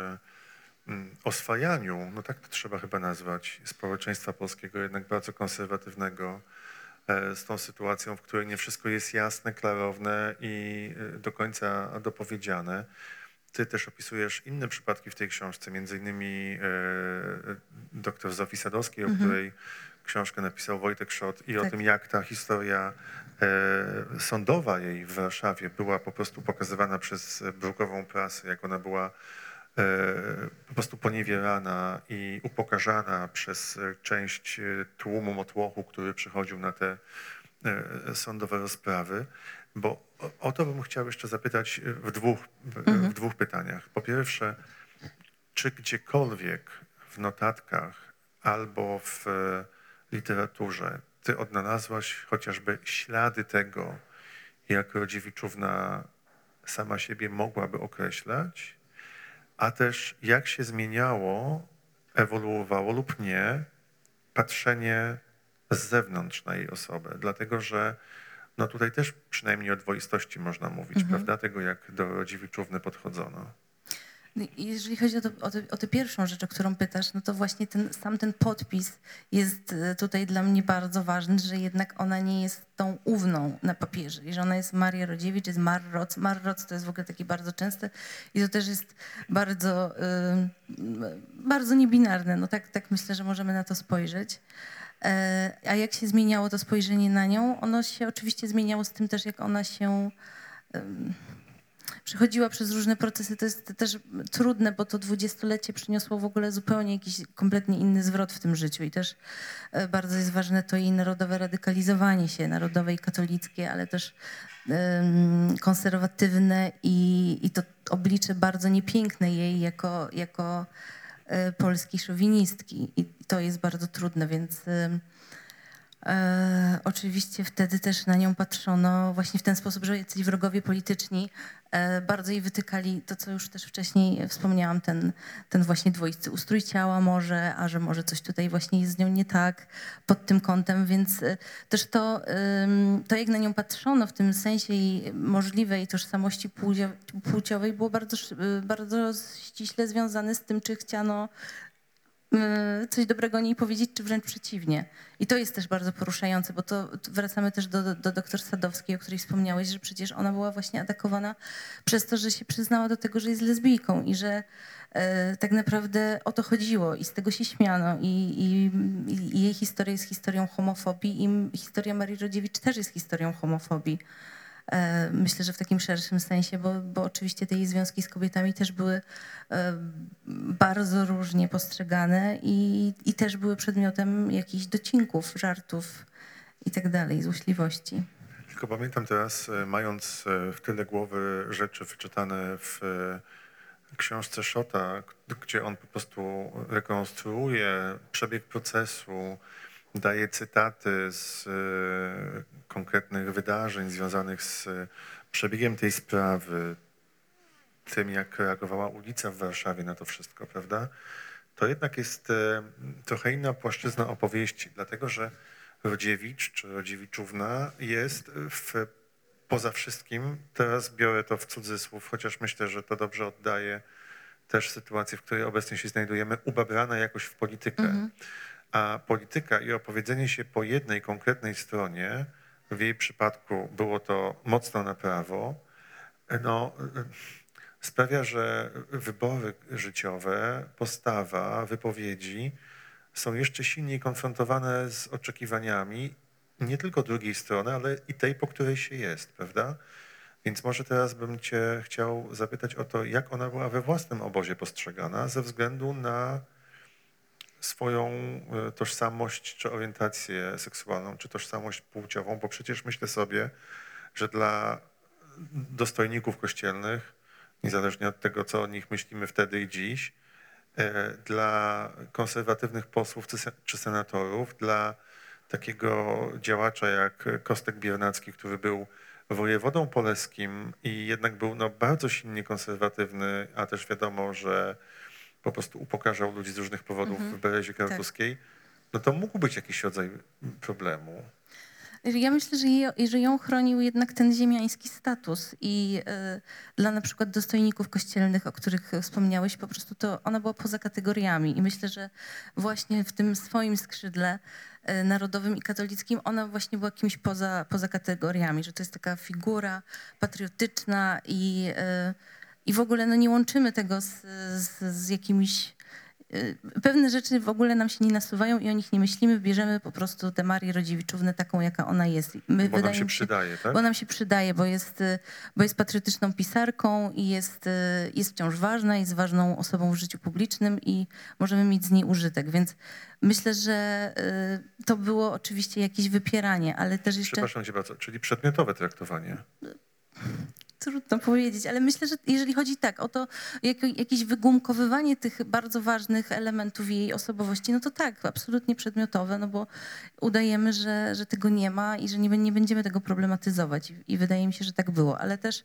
oswajaniu, no tak to trzeba chyba nazwać, społeczeństwa polskiego, jednak bardzo konserwatywnego, z tą sytuacją, w której nie wszystko jest jasne, klarowne i do końca dopowiedziane. Ty też opisujesz inne przypadki w tej książce, między innymi dr Zofii Sadowskiej, o której książkę napisał Wojtek Szot i o tym, jak ta historia sądowa jej w Warszawie była po prostu pokazywana przez brukową prasę, jak ona była po prostu poniewierana i upokarzana przez część tłumu motłochu, który przychodził na te sądowe rozprawy. Bo o to bym chciał jeszcze zapytać w dwóch pytaniach. Po pierwsze, czy gdziekolwiek w notatkach albo w literaturze ty odnalazłaś chociażby ślady tego, jak Rodziewiczówna sama siebie mogłaby określać, a też jak się zmieniało, ewoluowało lub nie patrzenie z zewnątrz na jej osobę, dlatego że no tutaj też przynajmniej o dwoistości można mówić, prawda, tego jak do Rodziewiczówny podchodzono. Jeżeli chodzi o tę pierwszą rzecz, o którą pytasz, no to właśnie ten podpis jest tutaj dla mnie bardzo ważny, że jednak ona nie jest tą ówną na papierze i że ona jest Maria Rodziewicz, jest Marroc. Marroc to jest w ogóle takie bardzo częste i to też jest bardzo, bardzo niebinarne. No tak myślę, że możemy na to spojrzeć. A jak się zmieniało to spojrzenie na nią? Ono się oczywiście zmieniało z tym też, jak ona się przechodziła przez różne procesy. To jest też trudne, bo to 20-lecie przyniosło w ogóle zupełnie jakiś kompletnie inny zwrot w tym życiu i też bardzo jest ważne to jej narodowe radykalizowanie się, narodowe i katolickie, ale też konserwatywne i to oblicze bardzo niepiękne jej jako polskiej szowinistki i to jest bardzo trudne, więc oczywiście wtedy też na nią patrzono właśnie w ten sposób, że jacyś wrogowie polityczni bardzo jej wytykali to, co już też wcześniej wspomniałam, ten właśnie dwoisty ustrój ciała może, a że może coś tutaj właśnie jest z nią nie tak pod tym kątem, więc też to jak na nią patrzono w tym sensie jej możliwej tożsamości płciowej było bardzo ściśle związane z tym, czy chciano coś dobrego o niej powiedzieć, czy wręcz przeciwnie. I to jest też bardzo poruszające, bo to wracamy też do dr Sadowskiej, o której wspomniałeś, że przecież ona była właśnie atakowana przez to, że się przyznała do tego, że jest lesbijką i że tak naprawdę o to chodziło i z tego się śmiano i jej historia jest historią homofobii i historia Marii Rodziewicz też jest historią homofobii. Myślę, że w takim szerszym sensie, bo oczywiście te jej związki z kobietami też były bardzo różnie postrzegane i też były przedmiotem jakichś docinków, żartów i tak dalej, złośliwości. Tylko pamiętam teraz, mając w tyle głowy rzeczy wyczytane w książce Szota, gdzie on po prostu rekonstruuje przebieg procesu, daje cytaty z konkretnych wydarzeń związanych z przebiegiem tej sprawy, tym jak reagowała ulica w Warszawie na to wszystko, prawda? To jednak jest trochę inna płaszczyzna opowieści, dlatego że Rodziewicz czy Rodziewiczówna jest poza wszystkim, teraz biorę to w cudzysłów, chociaż myślę, że to dobrze oddaje też sytuację, w której obecnie się znajdujemy, ubabrana jakoś w politykę. A polityka i opowiedzenie się po jednej konkretnej stronie, w jej przypadku było to mocno na prawo, no, sprawia, że wybory życiowe, postawa, wypowiedzi są jeszcze silniej konfrontowane z oczekiwaniami nie tylko drugiej strony, ale i tej, po której się jest, prawda? Więc może teraz bym cię chciał zapytać o to, jak ona była we własnym obozie postrzegana ze względu na swoją tożsamość, czy orientację seksualną, czy tożsamość płciową, bo przecież myślę sobie, że dla dostojników kościelnych, niezależnie od tego, co o nich myślimy wtedy i dziś, dla konserwatywnych posłów czy senatorów, dla takiego działacza jak Kostek Biernacki, który był wojewodą polskim i jednak był bardzo silnie konserwatywny, a też wiadomo, że po prostu upokarzał ludzi z różnych powodów w Berezie Kartuskiej, no to mógł być jakiś rodzaj problemu. Ja myślę, że ją chronił jednak ten ziemiański status i dla na przykład dostojników kościelnych, o których wspomniałeś, po prostu to ona była poza kategoriami i myślę, że właśnie w tym swoim skrzydle narodowym i katolickim ona właśnie była kimś poza kategoriami, że to jest taka figura patriotyczna i w ogóle no, nie łączymy tego z jakimiś... Pewne rzeczy w ogóle nam się nie nasuwają i o nich nie myślimy, bierzemy po prostu tę Marię Rodziewiczównę taką, jaka ona jest. Bo nam się przydaje, tak? Bo nam się przydaje, bo jest patriotyczną pisarką i jest wciąż ważna, jest ważną osobą w życiu publicznym i możemy mieć z niej użytek. Więc myślę, że to było oczywiście jakieś wypieranie, ale też jeszcze... Przepraszam cię bardzo, czyli przedmiotowe traktowanie. Trudno powiedzieć, ale myślę, że jeżeli chodzi tak o to, jakieś wygumkowywanie tych bardzo ważnych elementów jej osobowości, no to tak, absolutnie przedmiotowe, no bo udajemy, że tego nie ma i że nie będziemy tego problematyzować i wydaje mi się, że tak było, ale też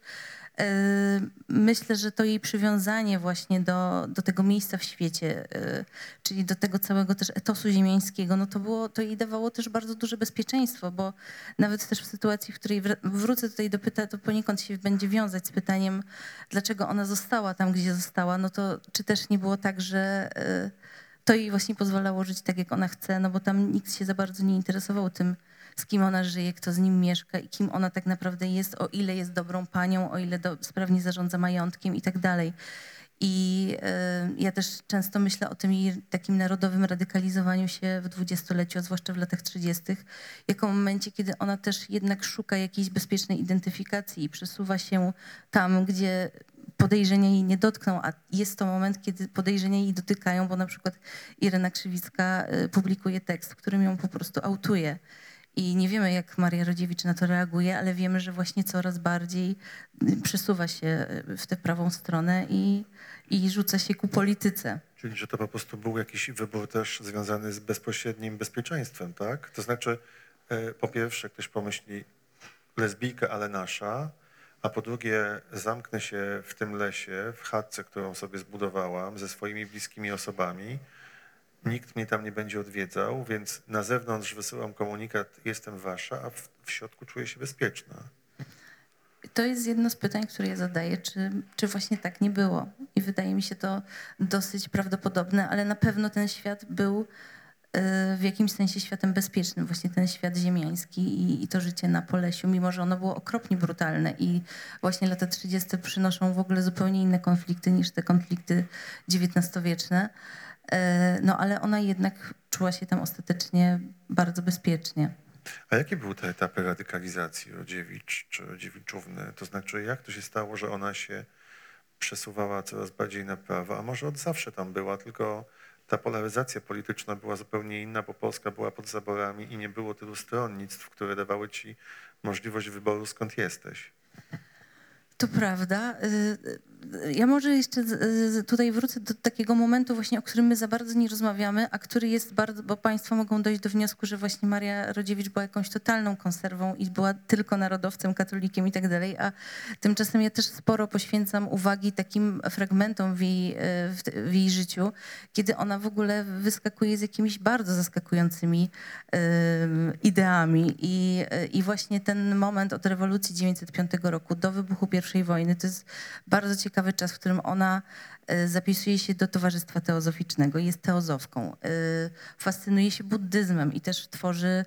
myślę, że to jej przywiązanie właśnie do tego miejsca w świecie, czyli do tego całego też etosu ziemiańskiego, no to jej dawało też bardzo duże bezpieczeństwo, bo nawet też w sytuacji, w której wrócę tutaj do pytania, to poniekąd się będzie wiązać z pytaniem, dlaczego ona została tam, gdzie została, no to czy też nie było tak, że to jej właśnie pozwalało żyć tak, jak ona chce, no bo tam nikt się za bardzo nie interesował tym, z kim ona żyje, kto z nim mieszka i kim ona tak naprawdę jest, o ile jest dobrą panią, o ile sprawnie zarządza majątkiem i tak dalej. I ja też często myślę o tym jej takim narodowym radykalizowaniu się w dwudziestoleciu, a zwłaszcza w latach 30., jako momencie, kiedy ona też jednak szuka jakiejś bezpiecznej identyfikacji i przesuwa się tam, gdzie podejrzenia jej nie dotkną, a jest to moment, kiedy podejrzenia jej dotykają, bo na przykład Irena Krzywicka publikuje tekst, w którym ją po prostu autuje. I nie wiemy, jak Maria Rodziewicz na to reaguje, ale wiemy, że właśnie coraz bardziej przesuwa się w tę prawą stronę i rzuca się ku polityce. Czyli, że to po prostu był jakiś wybór też związany z bezpośrednim bezpieczeństwem, tak? To znaczy, po pierwsze, ktoś pomyśli lesbijka, ale nasza, a po drugie zamknę się w tym lesie, w chatce, którą sobie zbudowałam ze swoimi bliskimi osobami. Nikt mnie tam nie będzie odwiedzał, więc na zewnątrz wysyłam komunikat, jestem wasza, a w środku czuję się bezpieczna. To jest jedno z pytań, które ja zadaję, czy właśnie tak nie było. I wydaje mi się to dosyć prawdopodobne, ale na pewno ten świat był w jakimś sensie światem bezpiecznym, właśnie ten świat ziemiański i to życie na Polesiu, mimo że ono było okropnie brutalne i właśnie lata 30. przynoszą w ogóle zupełnie inne konflikty niż te konflikty XIX-wieczne. No ale ona jednak czuła się tam ostatecznie bardzo bezpiecznie. A jakie były te etapy radykalizacji Rodziewicz czy Rodziewiczówny? To znaczy, jak to się stało, że ona się przesuwała coraz bardziej na prawo, a może od zawsze tam była, tylko ta polaryzacja polityczna była zupełnie inna, bo Polska była pod zaborami i nie było tylu stronnictw, które dawały ci możliwość wyboru, skąd jesteś. To prawda. Ja może jeszcze tutaj wrócę do takiego momentu właśnie, o którym my za bardzo nie rozmawiamy, a który jest bardzo, bo państwo mogą dojść do wniosku, że właśnie Maria Rodziewicz była jakąś totalną konserwą i była tylko narodowcem, katolikiem i tak dalej, a tymczasem ja też sporo poświęcam uwagi takim fragmentom w jej życiu, kiedy ona w ogóle wyskakuje z jakimiś bardzo zaskakującymi ideami i właśnie ten moment od rewolucji 1905 roku do wybuchu I wojny to jest bardzo ciekawy czas, w którym ona zapisuje się do Towarzystwa Teozoficznego, jest teozofką, fascynuje się buddyzmem i też tworzy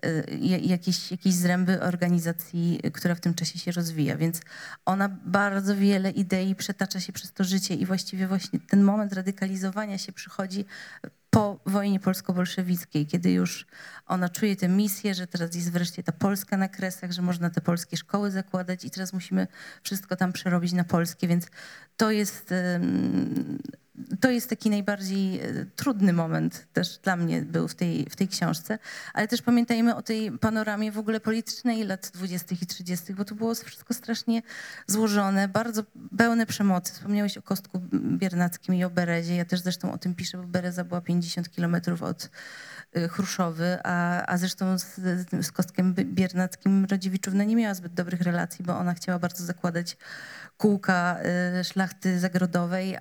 jakieś zręby organizacji, która w tym czasie się rozwija, więc ona bardzo wiele idei przetacza się przez to życie i właściwie właśnie ten moment radykalizowania się przychodzi po wojnie polsko-bolszewickiej, kiedy już ona czuje tę misję, że teraz jest wreszcie ta Polska na Kresach, że można te polskie szkoły zakładać i teraz musimy wszystko tam przerobić na polskie, więc to jest to jest taki najbardziej trudny moment też dla mnie był w tej książce, ale też pamiętajmy o tej panoramie w ogóle politycznej lat 20. i 30., bo to było wszystko strasznie złożone, bardzo pełne przemocy. Wspomniałeś o Kostku Biernackim i o Berezie, ja też zresztą o tym piszę, bo Bereza była 50 kilometrów od Chruszowy, a zresztą z Kostkiem Biernackim Rodziewiczówna nie miała zbyt dobrych relacji, bo ona chciała bardzo zakładać kółka szlachty zagrodowej,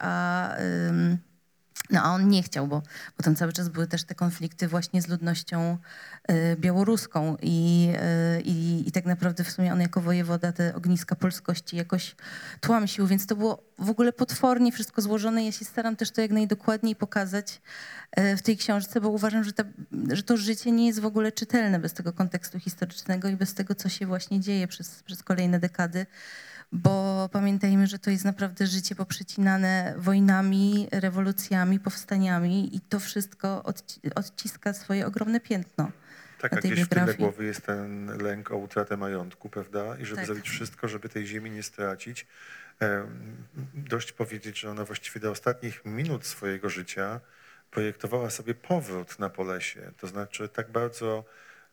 a on nie chciał, bo tam cały czas były też te konflikty właśnie z ludnością białoruską i tak naprawdę w sumie on jako wojewoda te ogniska polskości jakoś tłamsił, więc to było w ogóle potwornie wszystko złożone. Ja się staram też to jak najdokładniej pokazać w tej książce, bo uważam, że to życie nie jest w ogóle czytelne bez tego kontekstu historycznego i bez tego, co się właśnie dzieje przez kolejne dekady. Bo pamiętajmy, że to jest naprawdę życie poprzecinane wojnami, rewolucjami, powstaniami i to wszystko odciska swoje ogromne piętno Tak, na a tej gdzieś w tyle biografii. głowy jest ten lęk o utratę majątku, prawda? I żeby Tak. zrobić wszystko, żeby tej ziemi nie stracić. Dość powiedzieć, że ona właściwie do ostatnich minut swojego życia projektowała sobie powrót na Polesie. To znaczy tak bardzo,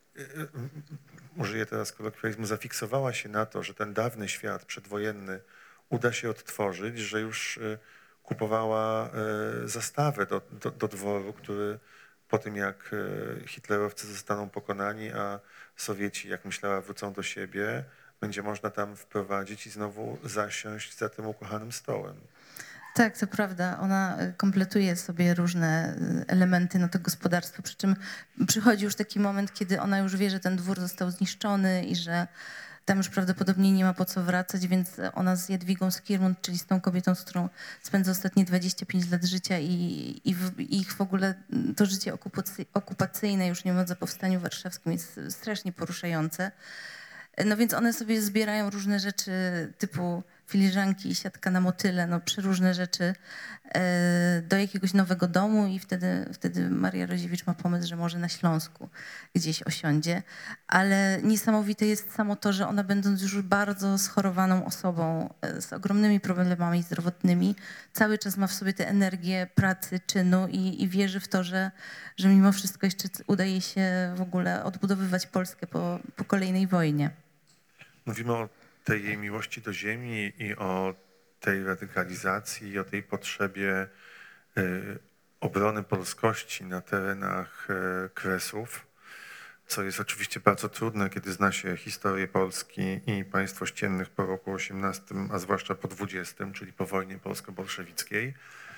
użyję teraz kolokwializmu, zafiksowała się na to, że ten dawny świat przedwojenny uda się odtworzyć, że już kupowała zastawę do dworu, który po tym jak hitlerowcy zostaną pokonani, a Sowieci, jak myślała, wrócą do siebie, będzie można tam wprowadzić i znowu zasiąść za tym ukochanym stołem. Tak, to prawda. Ona kompletuje sobie różne elementy na to gospodarstwo, przy czym przychodzi już taki moment, kiedy ona już wie, że ten dwór został zniszczony i że tam już prawdopodobnie nie ma po co wracać, więc ona z Jadwigą Skiermund, czyli z tą kobietą, z którą spędza ostatnie 25 lat życia i ich w ogóle to życie okupacyjne, już nie mówiąc o powstaniu warszawskim, jest strasznie poruszające. No więc one sobie zbierają różne rzeczy typu filiżanki, siatka na motyle, no przeróżne rzeczy do jakiegoś nowego domu i wtedy Maria Roziewicz ma pomysł, że może na Śląsku gdzieś osiądzie. Ale niesamowite jest samo to, że ona będąc już bardzo schorowaną osobą z ogromnymi problemami zdrowotnymi, cały czas ma w sobie tę energię pracy, czynu i wierzy w to, że mimo wszystko jeszcze udaje się w ogóle odbudowywać Polskę po kolejnej wojnie. Mówimy o tej jej miłości do ziemi i o tej radykalizacji i o tej potrzebie obrony polskości na terenach Kresów, co jest oczywiście bardzo trudne, kiedy zna się historię Polski i państw ościennych po roku 18, a zwłaszcza po 20, czyli po wojnie polsko-bolszewickiej,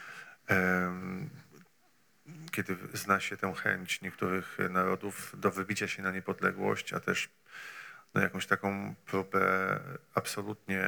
kiedy zna się tę chęć niektórych narodów do wybicia się na niepodległość, a też no, jakąś taką próbę absolutnie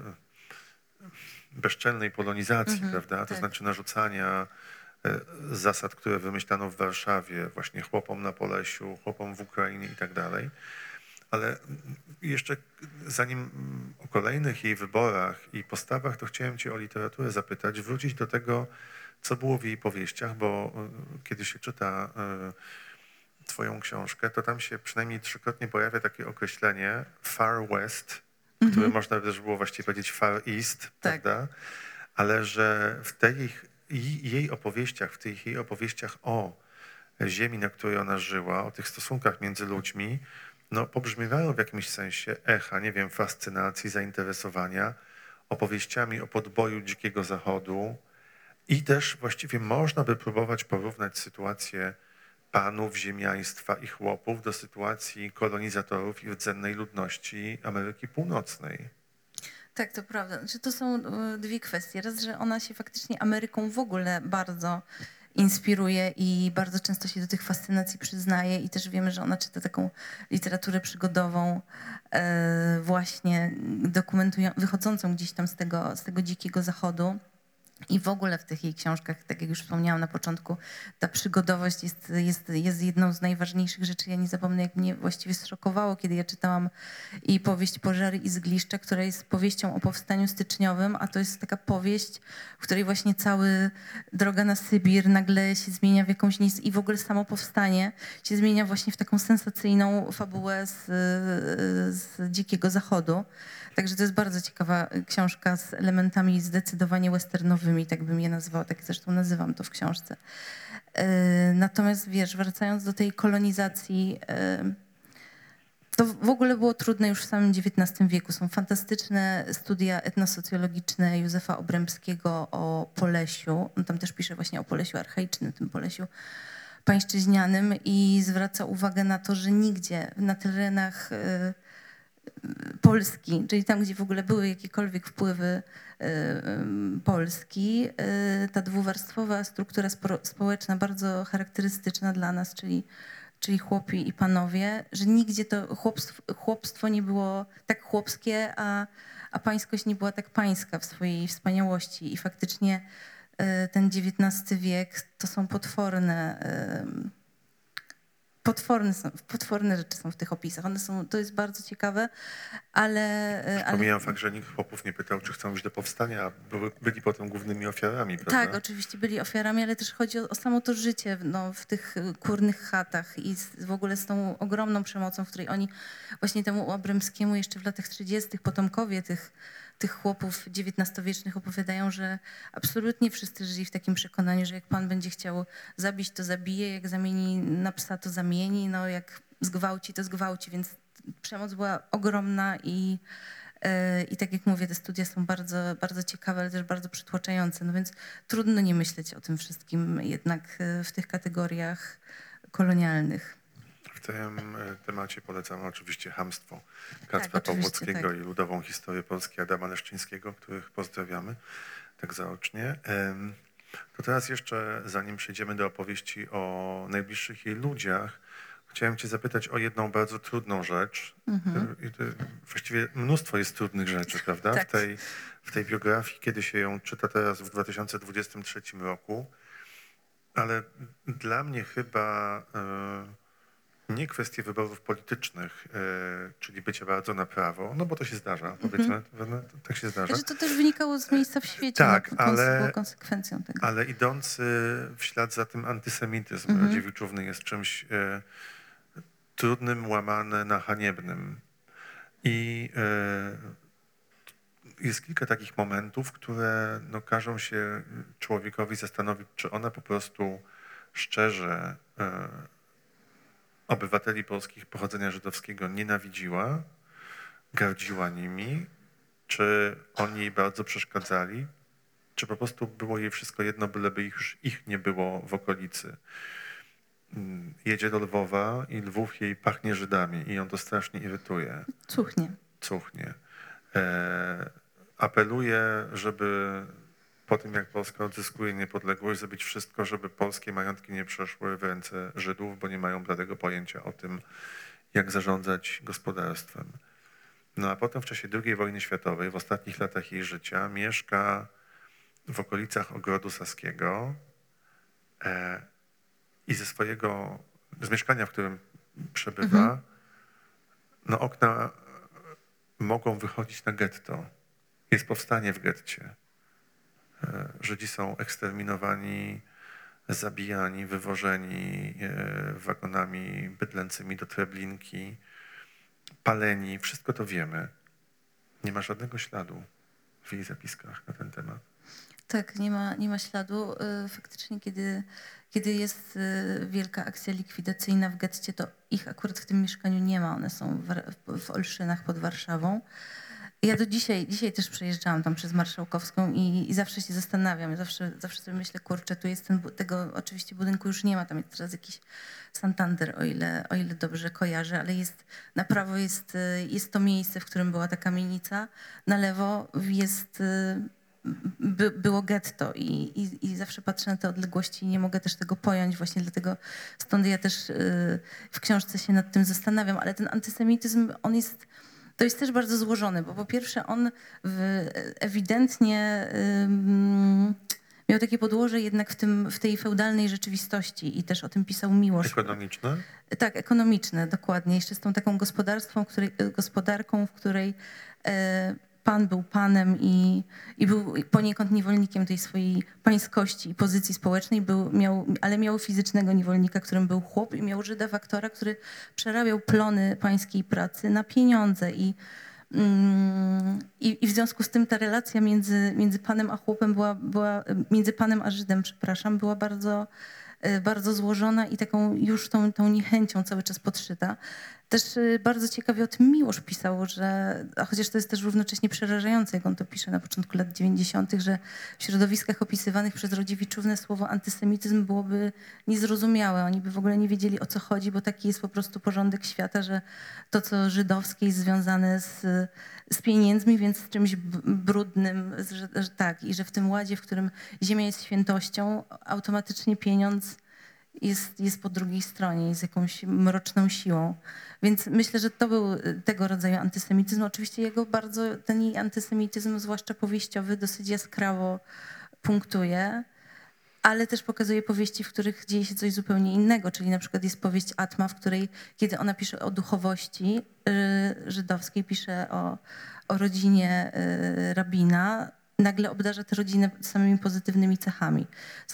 bezczelnej polonizacji, prawda? To tak. znaczy narzucania zasad, które wymyślano w Warszawie, właśnie chłopom na Polesiu, chłopom w Ukrainie i tak dalej. Ale jeszcze zanim o kolejnych jej wyborach i postawach, to chciałem cię o literaturę zapytać, wrócić do tego, co było w jej powieściach, bo kiedy się czyta twoją książkę, to tam się przynajmniej 3-krotnie pojawia takie określenie Far West, które można też było właściwie powiedzieć Far East, Tak. prawda? Ale że w jej opowieściach, w tych jej opowieściach o ziemi, na której ona żyła, o tych stosunkach między ludźmi, no pobrzmiewają w jakimś sensie echa, nie wiem, fascynacji, zainteresowania opowieściami o podboju Dzikiego Zachodu i też właściwie można by próbować porównać sytuację panów, ziemiaństwa i chłopów do sytuacji kolonizatorów i rdzennej ludności Ameryki Północnej. Tak, to prawda. Znaczy, to są dwie kwestie. Raz, że ona się faktycznie Ameryką w ogóle bardzo inspiruje i bardzo często się do tych fascynacji przyznaje i też wiemy, że ona czyta taką literaturę przygodową właśnie wychodzącą gdzieś tam z tego dzikiego zachodu. I w ogóle w tych jej książkach, tak jak już wspomniałam na początku, ta przygodowość jest jedną z najważniejszych rzeczy. Ja nie zapomnę, jak mnie właściwie zszokowało, kiedy ja czytałam i powieść Pożary i Zgliszcza, która jest powieścią o powstaniu styczniowym, a to jest taka powieść, w której właśnie cały droga na Sybir nagle się zmienia w jakąś i w ogóle samo powstanie się zmienia właśnie w taką sensacyjną fabułę z Dzikiego Zachodu. Także to jest bardzo ciekawa książka z elementami zdecydowanie westernowymi. wojskowymi, tak bym je nazywała, tak zresztą nazywam to w książce. Natomiast wiesz, wracając do tej kolonizacji, to w ogóle było trudne już w samym XIX wieku. Są fantastyczne studia etnosocjologiczne Józefa Obrębskiego o Polesiu. On tam też pisze właśnie o Polesiu archaicznym, tym Polesiu pańszczyźnianym i zwraca uwagę na to, że nigdzie na terenach Polski, czyli tam, gdzie w ogóle były jakiekolwiek wpływy Polski, ta dwuwarstwowa struktura społeczna bardzo charakterystyczna dla nas, czyli chłopi i panowie, że nigdzie to chłopstwo nie było tak chłopskie, a pańskość nie była tak pańska w swojej wspaniałości. I faktycznie ten XIX wiek to są potworne rzeczy są w tych opisach. To jest bardzo ciekawe, ale Pomijam fakt, że nikt chłopów nie pytał, czy chcą iść do powstania, a byli potem głównymi ofiarami, prawda? tak, oczywiście byli ofiarami, ale też chodzi o samo to życie w tych kurnych chatach i w ogóle z tą ogromną przemocą, w której oni właśnie temu Obremskiemu jeszcze w latach 30. potomkowie tych chłopów XIX-wiecznych opowiadają, że absolutnie wszyscy żyli w takim przekonaniu, że jak pan będzie chciał zabić, to zabije, jak zamieni na psa, to zamieni, no jak zgwałci, to zgwałci, więc przemoc była ogromna i tak jak mówię, te studia są bardzo, bardzo ciekawe, ale też bardzo przytłaczające, no więc trudno nie myśleć o tym wszystkim jednak w tych kategoriach kolonialnych. W tym temacie polecamy oczywiście Chamstwo Kacpra oczywiście, Pawłockiego tak. i Ludową Historię Polski Adama Leszczyńskiego, których pozdrawiamy tak zaocznie. To teraz jeszcze, zanim przejdziemy do opowieści o najbliższych jej ludziach, chciałem cię zapytać o jedną bardzo trudną rzecz. Właściwie mnóstwo jest trudnych rzeczy, prawda? Tak. W tej biografii, kiedy się ją czyta teraz w 2023 roku, ale dla mnie chyba nie kwestie wyborów politycznych, czyli bycia bardzo na prawo, no bo to się zdarza, powiedzmy, tak się zdarza. Że to też wynikało z miejsca w świecie, Tak, było konsekwencją tego. Ale idący w ślad za tym antysemityzm Radziewiczówny jest czymś trudnym, łamane na haniebnym. I jest kilka takich momentów, które no, każą się człowiekowi zastanowić, czy ona po prostu szczerze obywateli polskich pochodzenia żydowskiego nienawidziła, gardziła nimi, czy oni jej bardzo przeszkadzali, czy po prostu było jej wszystko jedno, byleby już ich nie było w okolicy. Jedzie do Lwowa i Lwów jej pachnie Żydami i ją to strasznie irytuje. Cuchnie. Apeluje, żeby po tym, jak Polska odzyskuje niepodległość, zrobić wszystko, żeby polskie majątki nie przeszły w ręce Żydów, bo nie mają bladego pojęcia o tym, jak zarządzać gospodarstwem. No a potem w czasie II wojny światowej, w ostatnich latach jej życia, mieszka w okolicach Ogrodu Saskiego i z mieszkania, w którym przebywa, no okna mogą wychodzić na getto. Jest powstanie w getcie. Żydzi są eksterminowani, zabijani, wywożeni wagonami bydlęcymi do Treblinki, paleni. Wszystko to wiemy. Nie ma żadnego śladu w jej zapiskach na ten temat. Tak, nie ma śladu. Faktycznie, kiedy jest wielka akcja likwidacyjna w getcie, to ich akurat w tym mieszkaniu nie ma. One są w Olszynach pod Warszawą. Ja do dzisiaj też przejeżdżałam tam przez Marszałkowską i zawsze się zastanawiam, zawsze sobie myślę, kurczę, tu jest tego oczywiście budynku już nie ma, tam jest teraz jakiś Santander, o ile dobrze kojarzę, ale na prawo jest to miejsce, w którym była ta kamienica, na lewo było getto i zawsze patrzę na te odległości i nie mogę też tego pojąć, właśnie dlatego stąd ja też w książce się nad tym zastanawiam, ale ten antysemityzm, to jest też bardzo złożony, bo po pierwsze on ewidentnie miał takie podłoże jednak w tej feudalnej rzeczywistości i też o tym pisał Miłosz. Ekonomiczne? Tak, ekonomiczne, dokładnie. Jeszcze z tą taką gospodarką, w której pan był panem i był poniekąd niewolnikiem tej swojej pańskości i pozycji społecznej, ale miał fizycznego niewolnika, którym był chłop i miał Żyda faktora, który przerabiał plony pańskiej pracy na pieniądze i I w związku z tym ta relacja między panem a chłopem była między panem a Żydem, przepraszam, była bardzo złożona i taką już tą niechęcią cały czas podszyta. Też bardzo ciekawie o tym Miłosz pisał, a chociaż to jest też równocześnie przerażające, jak on to pisze na początku lat 90., że w środowiskach opisywanych przez Rodziewiczównę słowo antysemityzm byłoby niezrozumiałe. Oni by w ogóle nie wiedzieli, o co chodzi, bo taki jest po prostu porządek świata, że to, co żydowskie jest związane z pieniędzmi, więc z czymś brudnym, że tak, i że w tym ładzie, w którym ziemia jest świętością, automatycznie pieniądz jest po drugiej stronie, jest jakąś mroczną siłą. Więc myślę, że to był tego rodzaju antysemityzm. Oczywiście ten jej antysemityzm, zwłaszcza powieściowy, dosyć jaskrawo punktuje, ale też pokazuje powieści, w których dzieje się coś zupełnie innego, czyli na przykład jest powieść Atma, w której, kiedy ona pisze o duchowości żydowskiej, pisze o rodzinie rabina, nagle obdarza tę rodzinę samymi pozytywnymi cechami.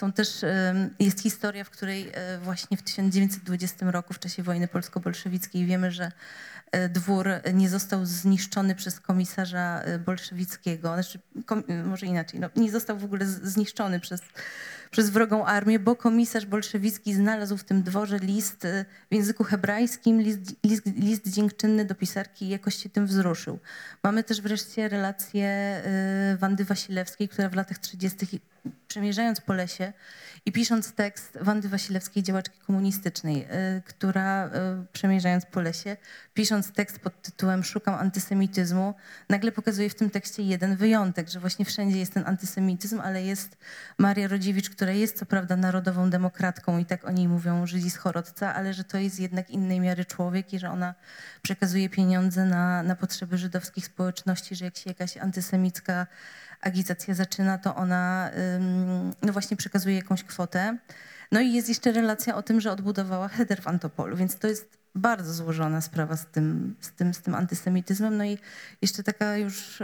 Jest historia, w której właśnie w 1920 roku, w czasie wojny polsko-bolszewickiej, wiemy, że dwór nie został zniszczony przez komisarza bolszewickiego, znaczy, może inaczej, nie został w ogóle zniszczony przez wrogą armię, bo komisarz bolszewicki znalazł w tym dworze list w języku hebrajskim, list dziękczynny do pisarki i jakoś się tym wzruszył. Mamy też wreszcie relację Wandy Wasilewskiej, która w latach 30. przemierzając po lesie i pisząc tekst Wandy Wasilewskiej, działaczki komunistycznej, która przemierzając po lesie, pisząc tekst pod tytułem Szukam antysemityzmu, nagle pokazuje w tym tekście jeden wyjątek, że właśnie wszędzie jest ten antysemityzm, ale jest Maria Rodziewicz, która jest co prawda narodową demokratką i tak o niej mówią Żydzi z Chorodca, ale że to jest jednak innej miary człowiek i że ona przekazuje pieniądze na potrzeby żydowskich społeczności, że jak się jakaś antysemicka agitacja zaczyna, to ona no właśnie przekazuje jakąś kwotę. No i jest jeszcze relacja o tym, że odbudowała cheder w Antopolu, więc to jest bardzo złożona sprawa z tym antysemityzmem. No i jeszcze taka już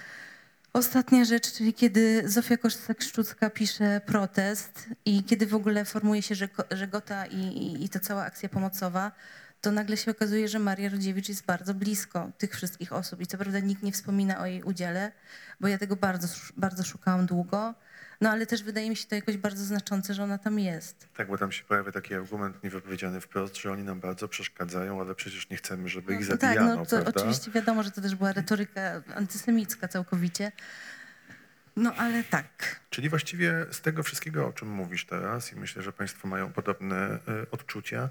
ostatnia rzecz, czyli kiedy Zofia Kossak-Szczucka pisze Protest i kiedy w ogóle formuje się Żegota i ta cała akcja pomocowa, to nagle się okazuje, że Maria Rodziewicz jest bardzo blisko tych wszystkich osób. I co prawda nikt nie wspomina o jej udziale, bo ja tego bardzo, bardzo szukałam długo, no ale też wydaje mi się to jakoś bardzo znaczące, że ona tam jest. Tak, bo tam się pojawia taki argument niewypowiedziany wprost, że oni nam bardzo przeszkadzają, ale przecież nie chcemy, żeby ich zabijano, tak, no to prawda? oczywiście wiadomo, że to też była retoryka antysemicka całkowicie. No ale tak. Czyli właściwie z tego wszystkiego, o czym mówisz teraz, i myślę, że państwo mają podobne odczucia,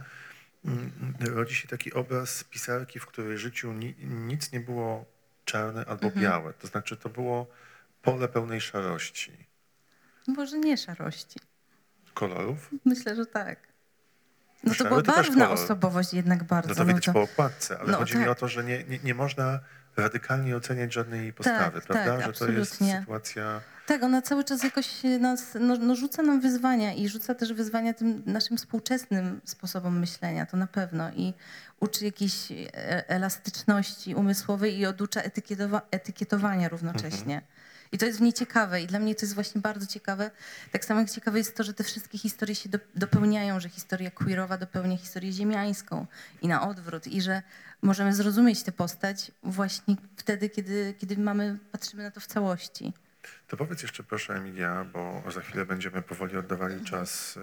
rodzi się taki obraz pisarki, w której życiu nic nie było czarne albo białe. To znaczy to było pole pełnej szarości. Może nie szarości. Kolorów? Myślę, że tak. No to Szary była to też barwna kolor. osobowość jednak bardzo. No to widać po okładce, ale no chodzi mi tak. o to, że nie można radykalnie oceniać żadnej jej postawy, prawda? Że absolutnie. to jest sytuacja... Tak, ona cały czas jakoś nas, rzuca nam wyzwania i rzuca też wyzwania tym naszym współczesnym sposobom myślenia, to na pewno. I uczy jakiejś elastyczności umysłowej i oducza etykietowania równocześnie. I to jest w niej ciekawe i dla mnie to jest właśnie bardzo ciekawe. Tak samo jak ciekawe jest to, że te wszystkie historie się dopełniają, że historia queerowa dopełnia historię ziemiańską i na odwrót i że możemy zrozumieć tę postać właśnie wtedy, kiedy patrzymy na to w całości. To powiedz jeszcze proszę, Emilia, bo za chwilę będziemy powoli oddawali czas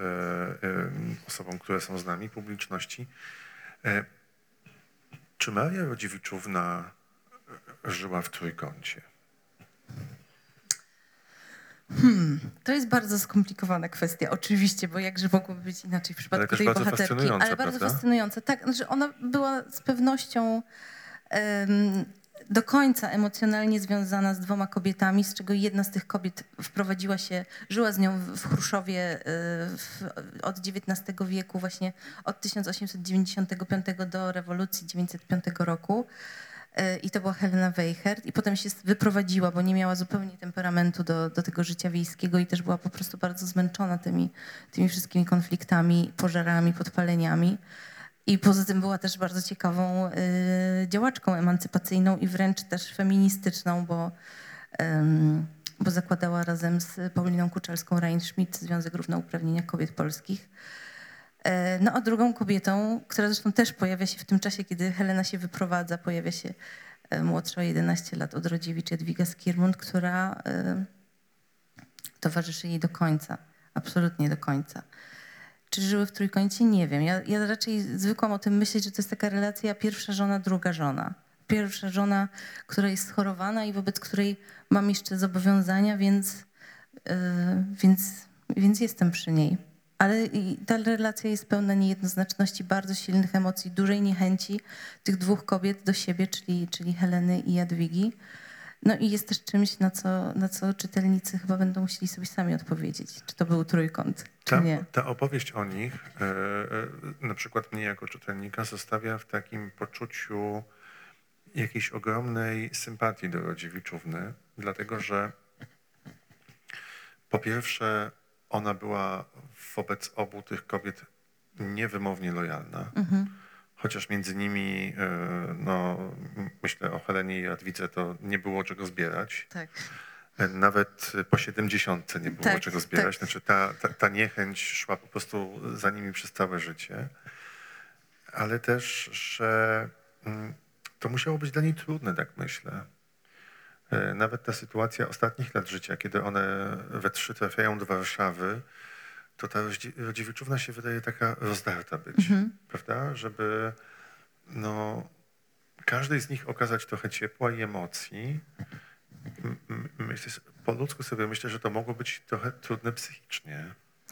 osobom, które są z nami, publiczności. Czy Maria Rodziewiczówna żyła w trójkącie? To jest bardzo skomplikowana kwestia, oczywiście, bo jakże mogłoby być inaczej w przypadku tej bohaterki. Ale bardzo fascynujące. Tak, znaczy ona była z pewnością do końca emocjonalnie związana z dwoma kobietami, z czego jedna z tych kobiet żyła z nią w Chruszowie od XIX wieku, właśnie od 1895 do rewolucji 1905 roku. I to była Helena Weichert i potem się wyprowadziła, bo nie miała zupełnie temperamentu do tego życia wiejskiego i też była po prostu bardzo zmęczona tymi wszystkimi konfliktami, pożarami, podpaleniami. I poza tym była też bardzo ciekawą działaczką emancypacyjną i wręcz też feministyczną, bo zakładała razem z Pauliną Kuczalską-Reinschmidt Związek Równouprawnienia Kobiet Polskich. No a drugą kobietą, która zresztą też pojawia się w tym czasie, kiedy Helena się wyprowadza, pojawia się młodsza o 11 lat od Rodziewicz, Jadwiga Skiermund, która towarzyszy jej do końca, absolutnie do końca. Czy żyły w trójkącie? Nie wiem. Ja raczej zwykłam o tym myśleć, że to jest taka relacja pierwsza żona, druga żona. Pierwsza żona, która jest schorowana i wobec której mam jeszcze zobowiązania, więc jestem przy niej. Ale ta relacja jest pełna niejednoznaczności, bardzo silnych emocji, dużej niechęci tych dwóch kobiet do siebie, czyli Heleny i Jadwigi. No i jest też czymś, na co czytelnicy chyba będą musieli sobie sami odpowiedzieć, czy to był trójkąt, czy nie. Ta opowieść o nich, na przykład mnie jako czytelnika, zostawia w takim poczuciu jakiejś ogromnej sympatii do Rodziewiczówny, dlatego że po pierwsze ona była wobec obu tych kobiet niewymownie lojalna, chociaż między nimi, no, myślę o Helenie i Jadwidze, to nie było czego zbierać. Tak. Nawet po 70 nie było Tak, czego zbierać. tak. Znaczy ta niechęć szła po prostu za nimi przez całe życie. Ale też, że to musiało być dla niej trudne, tak myślę. Nawet ta sytuacja ostatnich lat życia, kiedy one we trzy trafiają do Warszawy, to ta Rodziewiczówna się wydaje taka rozdarta być, prawda? Żeby no, każdej z nich okazać trochę ciepła i emocji. Myślę, po ludzku sobie myślę, że to mogło być trochę trudne psychicznie.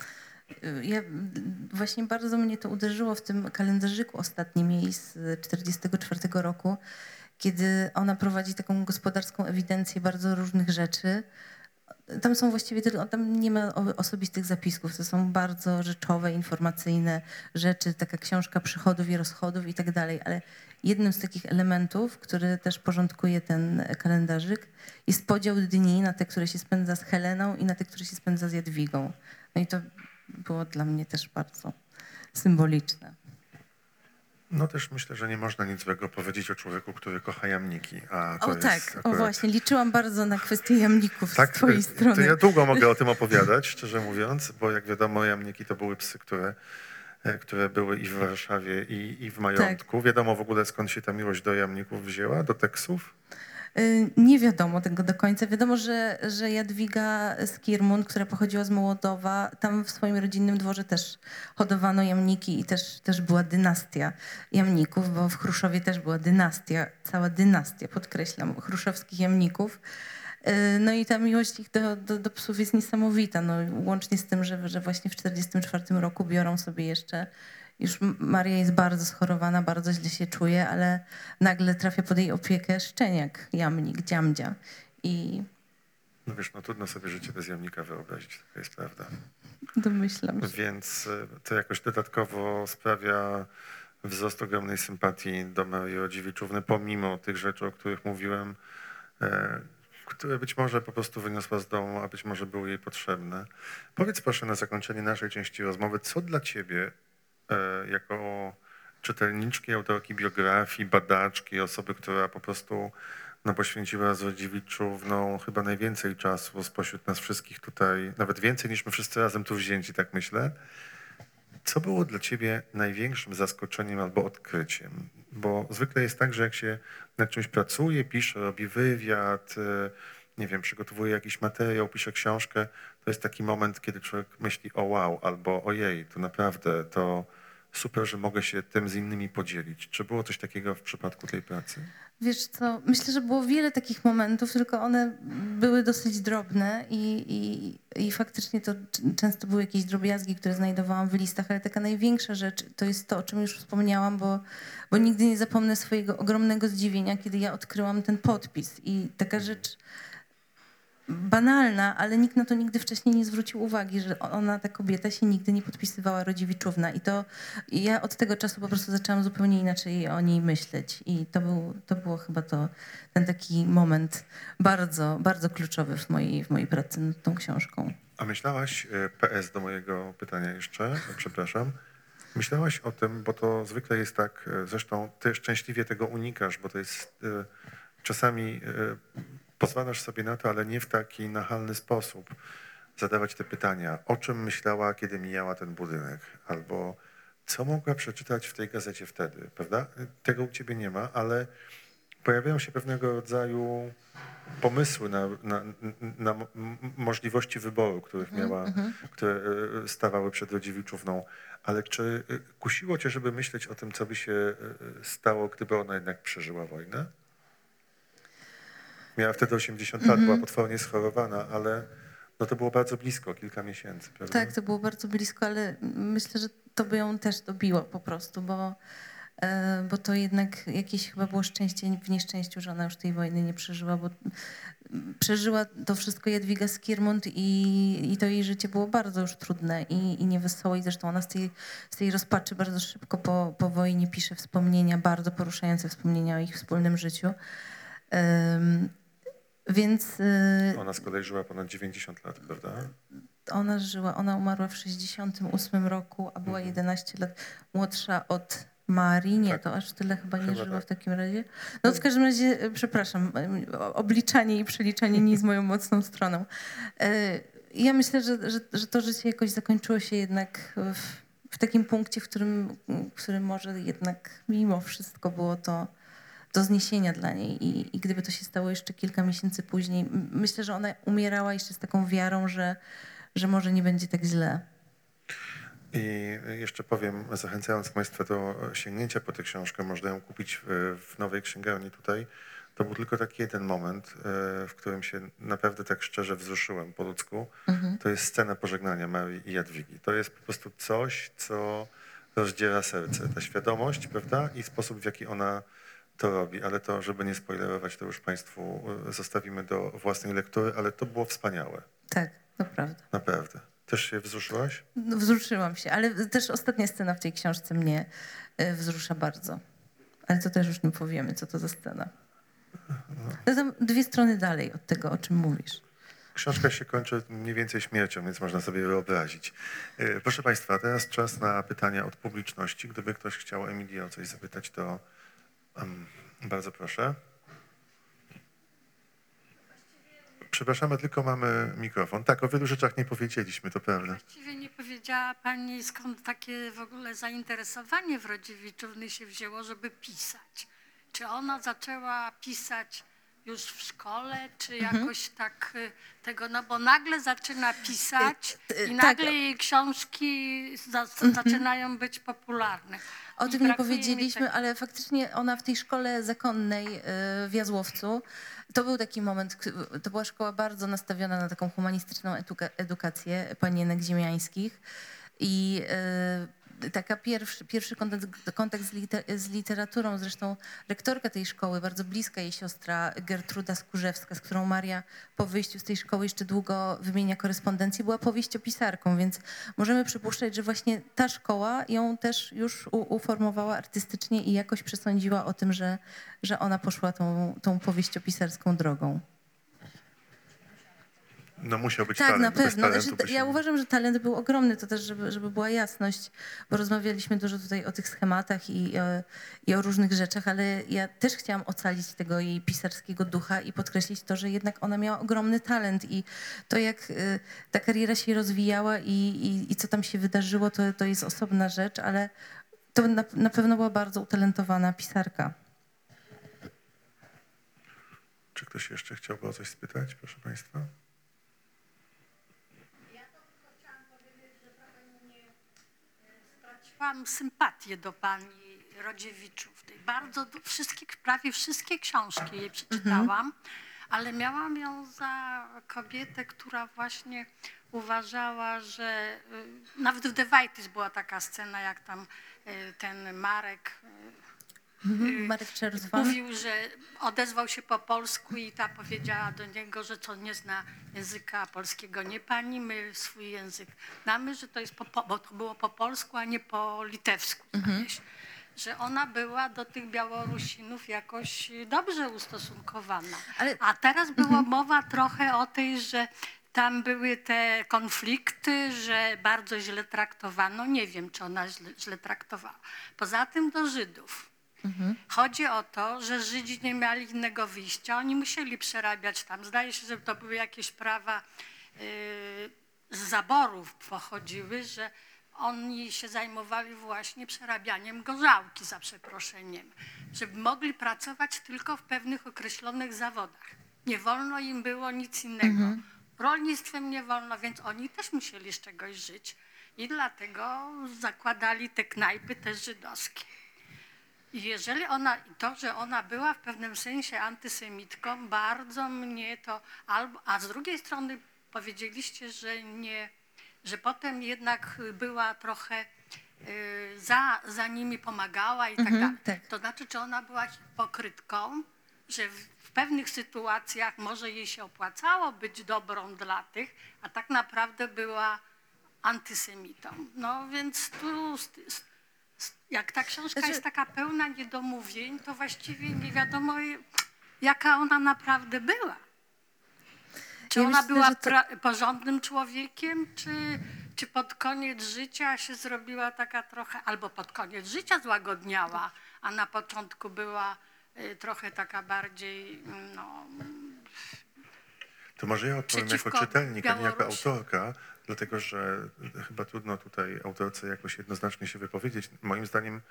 Właśnie bardzo mnie to uderzyło w tym kalendarzyku ostatnim jej z 1944 roku, kiedy ona prowadzi taką gospodarską ewidencję bardzo różnych rzeczy. Tam są właściwie tylko, tam nie ma osobistych zapisków, to są bardzo rzeczowe, informacyjne rzeczy, taka książka przychodów i rozchodów i tak dalej, ale jednym z takich elementów, który też porządkuje ten kalendarzyk, jest podział dni na te, które się spędza z Heleną i na te, które się spędza z Jadwigą. No i to było dla mnie też bardzo symboliczne. No też myślę, że nie można nic złego powiedzieć o człowieku, który kocha jamniki. A to jest tak, akurat... właśnie, liczyłam bardzo na kwestię jamników Tak, z twojej strony. to ja długo mogę o tym opowiadać, szczerze mówiąc, bo jak wiadomo, jamniki to były psy, które były i w Warszawie, i w majątku. Tak. Wiadomo w ogóle, skąd się ta miłość do jamników wzięła, do Teksów? Nie wiadomo tego do końca. Wiadomo, że Jadwiga Skiermund, która pochodziła z Mołodowa, tam w swoim rodzinnym dworze też hodowano jamniki i też była dynastia jamników, bo w Chruszowie też była dynastia, cała dynastia, podkreślam, chruszowskich jamników. No i ta miłość ich do psów jest niesamowita, no, łącznie z tym, że właśnie w 1944 roku biorą sobie jeszcze. Już Maria jest bardzo schorowana, bardzo źle się czuje, ale nagle trafia pod jej opiekę szczeniak, jamnik, dziamdzia. No wiesz, no trudno sobie życie bez jamnika wyobrazić, to jest prawda. Domyślam się. Więc to jakoś dodatkowo sprawia wzrost ogromnej sympatii do Marii Rodziewiczówny, pomimo tych rzeczy, o których mówiłem, które być może po prostu wyniosła z domu, a być może były jej potrzebne. Powiedz proszę na zakończenie naszej części rozmowy, co dla ciebie jako czytelniczki, autorki biografii, badaczki, osoby, która po prostu poświęciła z Rodziewiczówną chyba najwięcej czasu spośród nas wszystkich tutaj, nawet więcej niż my wszyscy razem tu wzięci, tak myślę. Co było dla ciebie największym zaskoczeniem albo odkryciem? Bo zwykle jest tak, że jak się nad czymś pracuje, pisze, robi wywiad, nie wiem, przygotowuje jakiś materiał, pisze książkę, to jest taki moment, kiedy człowiek myśli o wow, albo ojej, to naprawdę, to super, że mogę się tym z innymi podzielić. Czy było coś takiego w przypadku tej pracy? Wiesz co, myślę, że było wiele takich momentów, tylko one były dosyć drobne i faktycznie to często były jakieś drobiazgi, które znajdowałam w listach, ale taka największa rzecz to jest to, o czym już wspomniałam, bo nigdy nie zapomnę swojego ogromnego zdziwienia, kiedy ja odkryłam ten podpis i taka rzecz banalna, ale nikt na to nigdy wcześniej nie zwrócił uwagi, że ona, ta kobieta, się nigdy nie podpisywała Rodziewiczówna. I ja od tego czasu po prostu zaczęłam zupełnie inaczej o niej myśleć. I to było chyba ten taki moment bardzo, bardzo kluczowy w mojej pracy nad tą książką. A myślałaś, PS do mojego pytania jeszcze, przepraszam, myślałaś o tym, bo to zwykle jest tak, zresztą ty szczęśliwie tego unikasz, bo to jest czasami... Pozwalasz sobie na to, ale nie w taki nachalny sposób zadawać te pytania. O czym myślała, kiedy mijała ten budynek? Albo co mogła przeczytać w tej gazecie wtedy, prawda? Tego u ciebie nie ma, ale Pojawiają się pewnego rodzaju pomysły na możliwości wyboru, które stawały przed Rodziewiczówną. Ale czy kusiło cię, żeby myśleć o tym, co by się stało, gdyby ona jednak przeżyła wojnę? Miała wtedy 80 lat, była potwornie schorowana, ale no to było bardzo blisko, kilka miesięcy, prawda? Tak, to było bardzo blisko, ale myślę, że to by ją też dobiło po prostu, bo to jednak jakieś chyba było szczęście w nieszczęściu, że ona już tej wojny nie przeżyła, bo przeżyła to wszystko Jadwiga Skiermont i to jej życie było bardzo już trudne i niewesołe. I zresztą ona z tej rozpaczy bardzo szybko po wojnie pisze wspomnienia, bardzo poruszające wspomnienia o ich wspólnym życiu. Więc Ona z kolei żyła ponad 90 lat, prawda? ona umarła w 68 roku, a była 11 lat młodsza od Marii. Nie, Tak. to aż tyle chyba nie Chyba żyła tak. w takim razie. No w każdym razie, przepraszam, obliczanie i przeliczanie nie jest moją mocną stroną. Ja myślę, że to życie jakoś zakończyło się jednak w takim punkcie, w którym może jednak mimo wszystko było to do zniesienia dla niej i gdyby to się stało jeszcze kilka miesięcy później, myślę, że ona umierała jeszcze z taką wiarą, że może nie będzie tak źle. I jeszcze powiem, zachęcając Państwa do sięgnięcia po tę książkę, można ją kupić w nowej księgarni tutaj. To był tylko taki jeden moment, w którym się naprawdę tak szczerze wzruszyłem po ludzku. To jest scena pożegnania Marii i Jadwigi. To jest po prostu coś, co rozdziera serce. Ta świadomość, prawda? I sposób, w jaki ona to robi. Ale to, żeby nie spoilerować, to już Państwu zostawimy do własnej lektury, ale to było wspaniałe. Tak, to prawda. Naprawdę. Też się wzruszyłaś? No, wzruszyłam się, ale też ostatnia scena w tej książce mnie wzrusza bardzo. Ale to też już nie powiemy, co to za scena. To tam dwie strony dalej od tego, o czym mówisz. Książka się kończy mniej więcej śmiercią, więc można sobie wyobrazić. Proszę Państwa, teraz czas na pytania od publiczności. Gdyby ktoś chciał Emilię o coś zapytać, to bardzo proszę. Przepraszamy, tylko mamy mikrofon. Tak, o wielu rzeczach nie powiedzieliśmy, to prawda. Właściwie nie powiedziała Pani, skąd takie w ogóle zainteresowanie w Rodziewiczówny się wzięło, żeby pisać. Czy ona zaczęła pisać już w szkole, czy jakoś tak tego, no bo nagle zaczyna pisać i tak. nagle jej książki zaczynają być popularne. O I tym nie brakuje mi powiedzieliśmy, tego. ale faktycznie ona w tej szkole zakonnej w Jazłowcu, to był taki moment, to była szkoła bardzo nastawiona na taką humanistyczną edukację panienek ziemiańskich i taka pierwszy kontakt z literaturą, zresztą rektorka tej szkoły, bardzo bliska jej siostra Gertruda Skórzewska, z którą Maria po wyjściu z tej szkoły jeszcze długo wymienia korespondencję, była powieściopisarką, więc możemy przypuszczać, że właśnie ta szkoła ją też już uformowała artystycznie i jakoś przesądziła o tym, że ona poszła tą powieściopisarską drogą. No musiał być Tak, talent. na Bez pewno. talentu Znaczy, by się ja nie- uważam, że talent był ogromny, to też, żeby była jasność, bo rozmawialiśmy dużo tutaj o tych schematach i o różnych rzeczach, ale ja też chciałam ocalić tego jej pisarskiego ducha i podkreślić to, że jednak ona miała ogromny talent i to, jak ta kariera się rozwijała i co tam się wydarzyło, to jest osobna rzecz, ale to na pewno była bardzo utalentowana pisarka. Czy ktoś jeszcze chciałby o coś spytać, proszę Państwa? Straciłam sympatię do pani Rodziewiczów. Prawie wszystkie książki jej przeczytałam, ale miałam ją za kobietę, która właśnie uważała, że nawet w Dewajtis była taka scena, jak tam ten Marek Marek Czerwon. mówił, że odezwał się po polsku i ta powiedziała do niego, że co nie zna języka polskiego. Nie pani, my swój język znamy, że to jest bo to było po polsku, a nie po litewsku. Że ona była do tych Białorusinów jakoś dobrze ustosunkowana. A teraz była mowa trochę o tej, że tam były te konflikty, że bardzo źle traktowano. Nie wiem, czy ona źle traktowała. Poza tym do Żydów. Chodzi o to, że Żydzi nie mieli innego wyjścia. Oni musieli przerabiać tam. Zdaje się, że to były jakieś prawa z zaborów pochodziły, że oni się zajmowali właśnie przerabianiem gorzałki, za przeproszeniem, żeby mogli pracować tylko w pewnych określonych zawodach. Nie wolno im było nic innego. Rolnictwem nie wolno, więc oni też musieli z czegoś żyć i dlatego zakładali te knajpy też żydowskie. I jeżeli że ona była w pewnym sensie antysemitką, bardzo mnie to, a z drugiej strony powiedzieliście, że potem jednak była trochę za nimi pomagała i tak dalej. tak. To znaczy, czy ona była hipokrytką, że w pewnych sytuacjach może jej się opłacało być dobrą dla tych, a tak naprawdę była antysemitą. No więc tu, jak ta książka jest taka pełna niedomówień, to właściwie nie wiadomo, jaka ona naprawdę była. Czy Ja ona myślę, była że porządnym człowiekiem, czy pod koniec życia się zrobiła taka trochę, albo pod koniec życia złagodniała, a na początku była trochę taka bardziej, no... To może ja odpowiem jako Przeciwko czytelnik, a nie jako Białorusi. autorka, dlatego że chyba trudno tutaj autorce jakoś jednoznacznie się wypowiedzieć. Moim zdaniem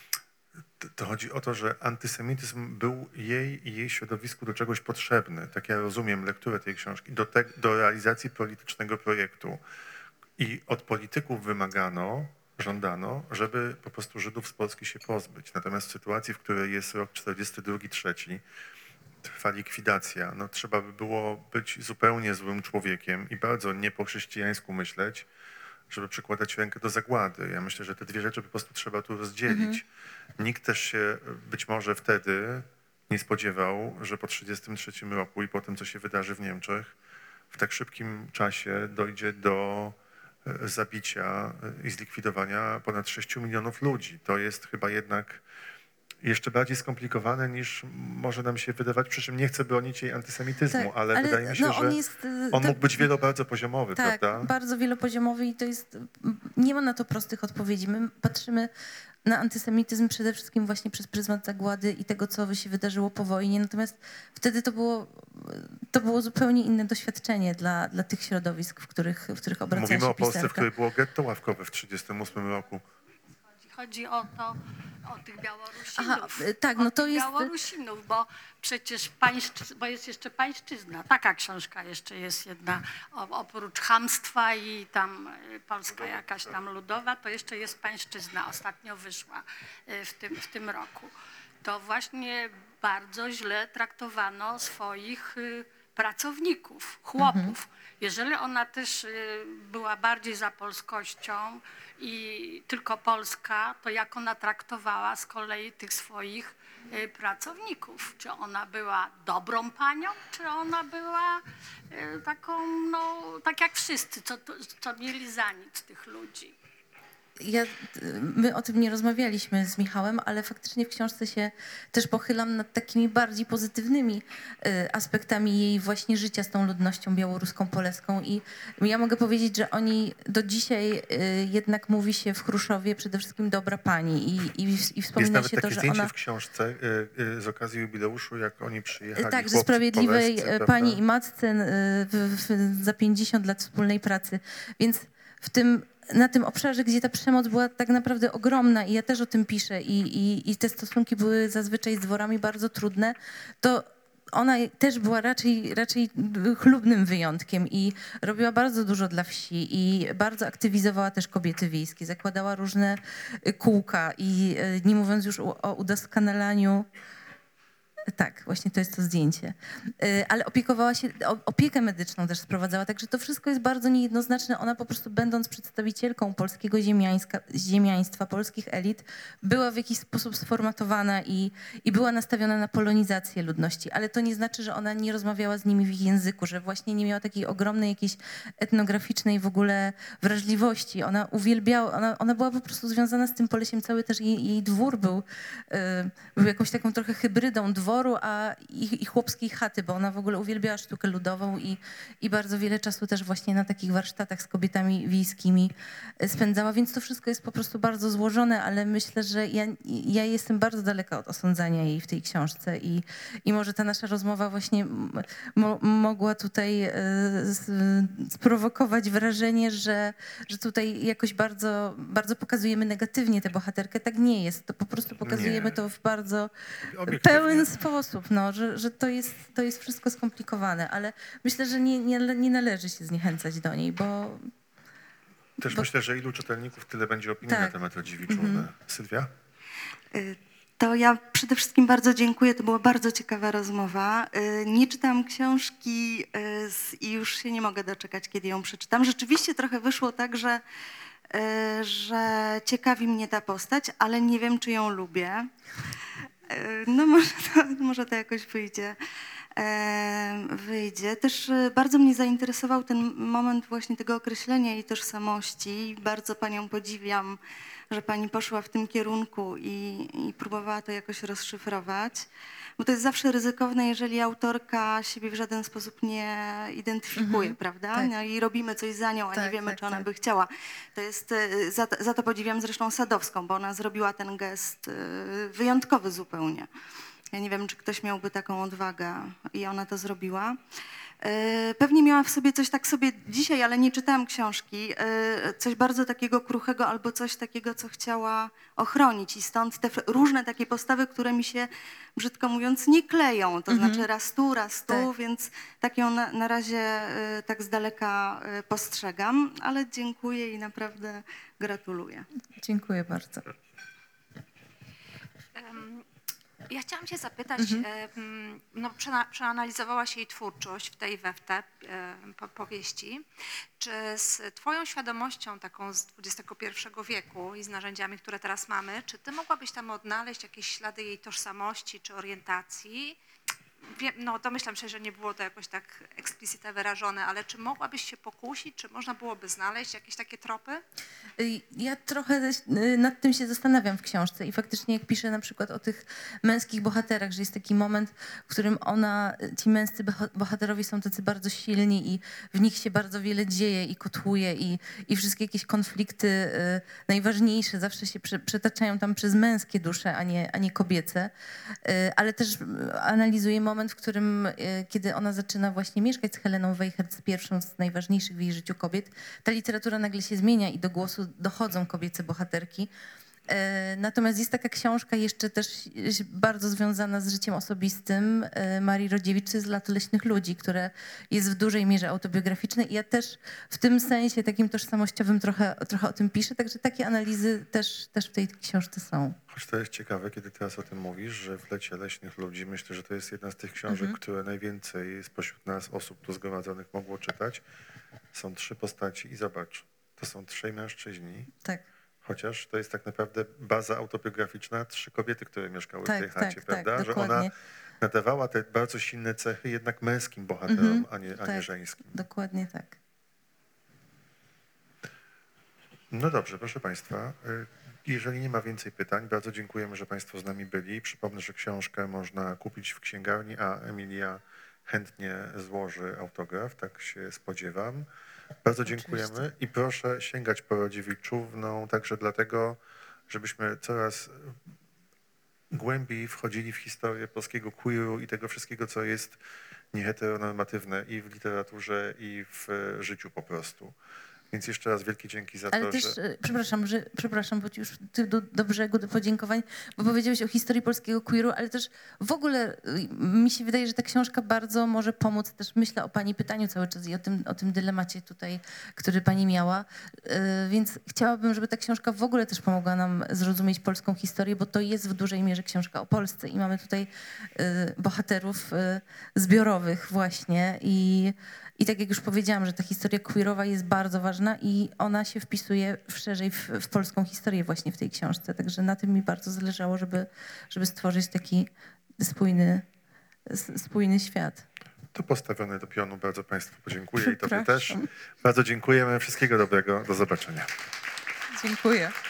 to chodzi o to, że antysemityzm był jej i jej środowisku do czegoś potrzebny. Tak ja rozumiem lekturę tej książki, do realizacji politycznego projektu. I od polityków wymagano, żądano, żeby po prostu Żydów z Polski się pozbyć. Natomiast w sytuacji, w której jest rok 42-43, trwa likwidacja, no trzeba by było być zupełnie złym człowiekiem i bardzo nie po chrześcijańsku myśleć, żeby przykładać rękę do zagłady. Ja myślę, że te dwie rzeczy po prostu trzeba tu rozdzielić. Nikt też się być może wtedy nie spodziewał, że po 1933 roku i po tym, co się wydarzy w Niemczech, w tak szybkim czasie dojdzie do zabicia i zlikwidowania ponad 6 milionów ludzi. To jest chyba jednak jeszcze bardziej skomplikowane niż może nam się wydawać, przy czym nie chcę bronić jej antysemityzmu, Tak, ale wydaje mi się, że on mógł być wielobardopoziomowy, tak, prawda? bardzo wielopoziomowy i to jest, nie ma na to prostych odpowiedzi. My patrzymy na antysemityzm przede wszystkim właśnie przez pryzmat zagłady i tego, co się wydarzyło po wojnie, natomiast wtedy to było zupełnie inne doświadczenie dla tych środowisk, w których obracała Mówimy się o Polsce, w pisarka. której było getto ławkowe w 1938 roku. Chodzi o tych Białorusinów. Aha, tak, no o to tych jest... Białorusinów, bo przecież bo jest jeszcze pańszczyzna. Taka książka jeszcze jest jedna, oprócz chamstwa i tam Polska jakaś tam ludowa, to jeszcze jest pańszczyzna. Ostatnio wyszła w tym roku. To właśnie bardzo źle traktowano swoich pracowników, chłopów. Jeżeli ona też była bardziej za polskością i tylko Polska, to jak ona traktowała z kolei tych swoich pracowników? Czy ona była dobrą panią, czy ona była taką, no, tak jak wszyscy, co mieli za nic tych ludzi? My o tym nie rozmawialiśmy z Michałem, ale faktycznie w książce się też pochylam nad takimi bardziej pozytywnymi aspektami jej właśnie życia z tą ludnością białoruską, polską i ja mogę powiedzieć, że oni do dzisiaj jednak mówi się w Chruszowie przede wszystkim dobra pani i Jest wspomina nawet się takie to, że zdjęcie ona... w książce z okazji jubileuszu, jak oni przyjechali, Tak, że chłopcy sprawiedliwej polscy, prawda? pani i matce za 50 lat wspólnej pracy. Więc na tym obszarze, gdzie ta przemoc była tak naprawdę ogromna i ja też o tym piszę i te stosunki były zazwyczaj z dworami bardzo trudne, to ona też była raczej chlubnym wyjątkiem i robiła bardzo dużo dla wsi i bardzo aktywizowała też kobiety wiejskie, zakładała różne kółka i nie mówiąc już o udoskonalaniu. Tak, właśnie to jest to zdjęcie. Ale opiekowała się, opiekę medyczną też sprowadzała, także to wszystko jest bardzo niejednoznaczne. Ona po prostu będąc przedstawicielką polskiego ziemiaństwa, polskich elit, była w jakiś sposób sformatowana i była nastawiona na polonizację ludności. Ale to nie znaczy, że ona nie rozmawiała z nimi w ich języku, że właśnie nie miała takiej ogromnej jakiejś etnograficznej w ogóle wrażliwości. Ona uwielbiała, ona była po prostu związana z tym Polesiem. Cały też jej dwór był jakąś taką trochę hybrydą dworu dworu i chłopskiej chaty, bo ona w ogóle uwielbiała sztukę ludową i bardzo wiele czasu też właśnie na takich warsztatach z kobietami wiejskimi spędzała, więc to wszystko jest po prostu bardzo złożone, ale myślę, że ja jestem bardzo daleka od osądzania jej w tej książce i może ta nasza rozmowa właśnie mogła tutaj sprowokować wrażenie, że tutaj jakoś bardzo, bardzo pokazujemy negatywnie tę bohaterkę. Tak nie jest. To po prostu pokazujemy to w bardzo Obiektywnie. pełen sposób, no, że to jest wszystko skomplikowane, ale myślę, że nie należy się zniechęcać do niej, bo... Też myślę, że ilu czytelników, tyle będzie opinii na Tak. temat Radziwiłłówny. Sylwia? To ja przede wszystkim bardzo dziękuję, to była bardzo ciekawa rozmowa. Nie czytałam książki i już się nie mogę doczekać, kiedy ją przeczytam. Rzeczywiście trochę wyszło tak, że ciekawi mnie ta postać, ale nie wiem, czy ją lubię. No może to jakoś wyjdzie. Też bardzo mnie zainteresował ten moment właśnie tego określenia jej tożsamości. Bardzo panią podziwiam, że pani poszła w tym kierunku i próbowała to jakoś rozszyfrować. Bo to jest zawsze ryzykowne, jeżeli autorka siebie w żaden sposób nie identyfikuje, prawda? tak. No i robimy coś za nią, a nie Tak, wiemy, tak, czy ona tak. by chciała. To jest, za to podziwiam zresztą Sadowską, bo ona zrobiła ten gest wyjątkowy zupełnie. Ja nie wiem, czy ktoś miałby taką odwagę i ona to zrobiła. Pewnie miała w sobie coś tak sobie dzisiaj, ale nie czytałam książki, coś bardzo takiego kruchego albo coś takiego, co chciała ochronić i stąd te różne takie postawy, które mi się, brzydko mówiąc, nie kleją, to znaczy raz tu, Tak. więc tak ją na razie tak z daleka postrzegam, ale dziękuję i naprawdę gratuluję. Dziękuję bardzo. Ja chciałam cię zapytać, no, przeanalizowałaś jej twórczość w tej we powieści. Czy z twoją świadomością taką z XXI wieku i z narzędziami, które teraz mamy, czy ty mogłabyś tam odnaleźć jakieś ślady jej tożsamości czy orientacji? Wiem, no domyślam się, że nie było to jakoś tak explicite wyrażone, ale czy mogłabyś się pokusić, czy można byłoby znaleźć jakieś takie tropy? Ja trochę nad tym się zastanawiam w książce i faktycznie jak piszę na przykład o tych męskich bohaterach, że jest taki moment, w którym ci męscy bohaterowie są tacy bardzo silni i w nich się bardzo wiele dzieje i kotłuje i wszystkie jakieś konflikty najważniejsze zawsze się przetaczają tam przez męskie dusze, a nie kobiece. Ale też analizuję moment, w którym, kiedy ona zaczyna właśnie mieszkać z Heleną Weichert, pierwszą z najważniejszych w jej życiu kobiet, ta literatura nagle się zmienia i do głosu dochodzą kobiece bohaterki. Natomiast jest taka książka jeszcze też bardzo związana z życiem osobistym Marii Rodziewicz, to jest Lato leśnych ludzi, które jest w dużej mierze autobiograficzne i ja też w tym sensie takim tożsamościowym trochę o tym piszę, także takie analizy też w tej książce są. Choć to jest ciekawe, kiedy teraz o tym mówisz, że w Lecie leśnych ludzi, myślę, że to jest jedna z tych książek, które najwięcej spośród nas, osób tu zgromadzonych, mogło czytać. Są 3 postaci i zobacz, to są 3 mężczyźni. Tak. Chociaż to jest tak naprawdę baza autobiograficzna 3 kobiety, które mieszkały w Tak, tej chacie, tak, prawda? tak, że ona dokładnie. nadawała te bardzo silne cechy jednak męskim bohaterom, a nie tak. żeńskim. Dokładnie tak. No dobrze, proszę Państwa. Jeżeli nie ma więcej pytań, bardzo dziękujemy, że Państwo z nami byli. Przypomnę, że książkę można kupić w księgarni, a Emilia chętnie złoży autograf, tak się spodziewam. Bardzo dziękujemy i proszę sięgać po Rodziewiczówną także dlatego, żebyśmy coraz głębiej wchodzili w historię polskiego queeru i tego wszystkiego, co jest nieheteronormatywne i w literaturze, i w życiu po prostu. Więc jeszcze raz wielkie dzięki za Ale to, też, że... przepraszam, bo już ty do brzegu do podziękowań, bo powiedziałeś o historii polskiego queeru, ale też w ogóle mi się wydaje, że ta książka bardzo może pomóc, też myślę o pani pytaniu cały czas i o tym dylemacie tutaj, który pani miała, więc chciałabym, żeby ta książka w ogóle też pomogła nam zrozumieć polską historię, bo to jest w dużej mierze książka o Polsce i mamy tutaj bohaterów zbiorowych właśnie i tak jak już powiedziałam, że ta historia queerowa jest bardzo ważna i ona się wpisuje szerzej w polską historię właśnie w tej książce. Także na tym mi bardzo zależało, żeby stworzyć taki spójny świat. To postawione do pionu. Bardzo Państwu podziękuję i Tobie też. Przepraszam. Bardzo dziękujemy. Wszystkiego dobrego. Do zobaczenia. Dziękuję.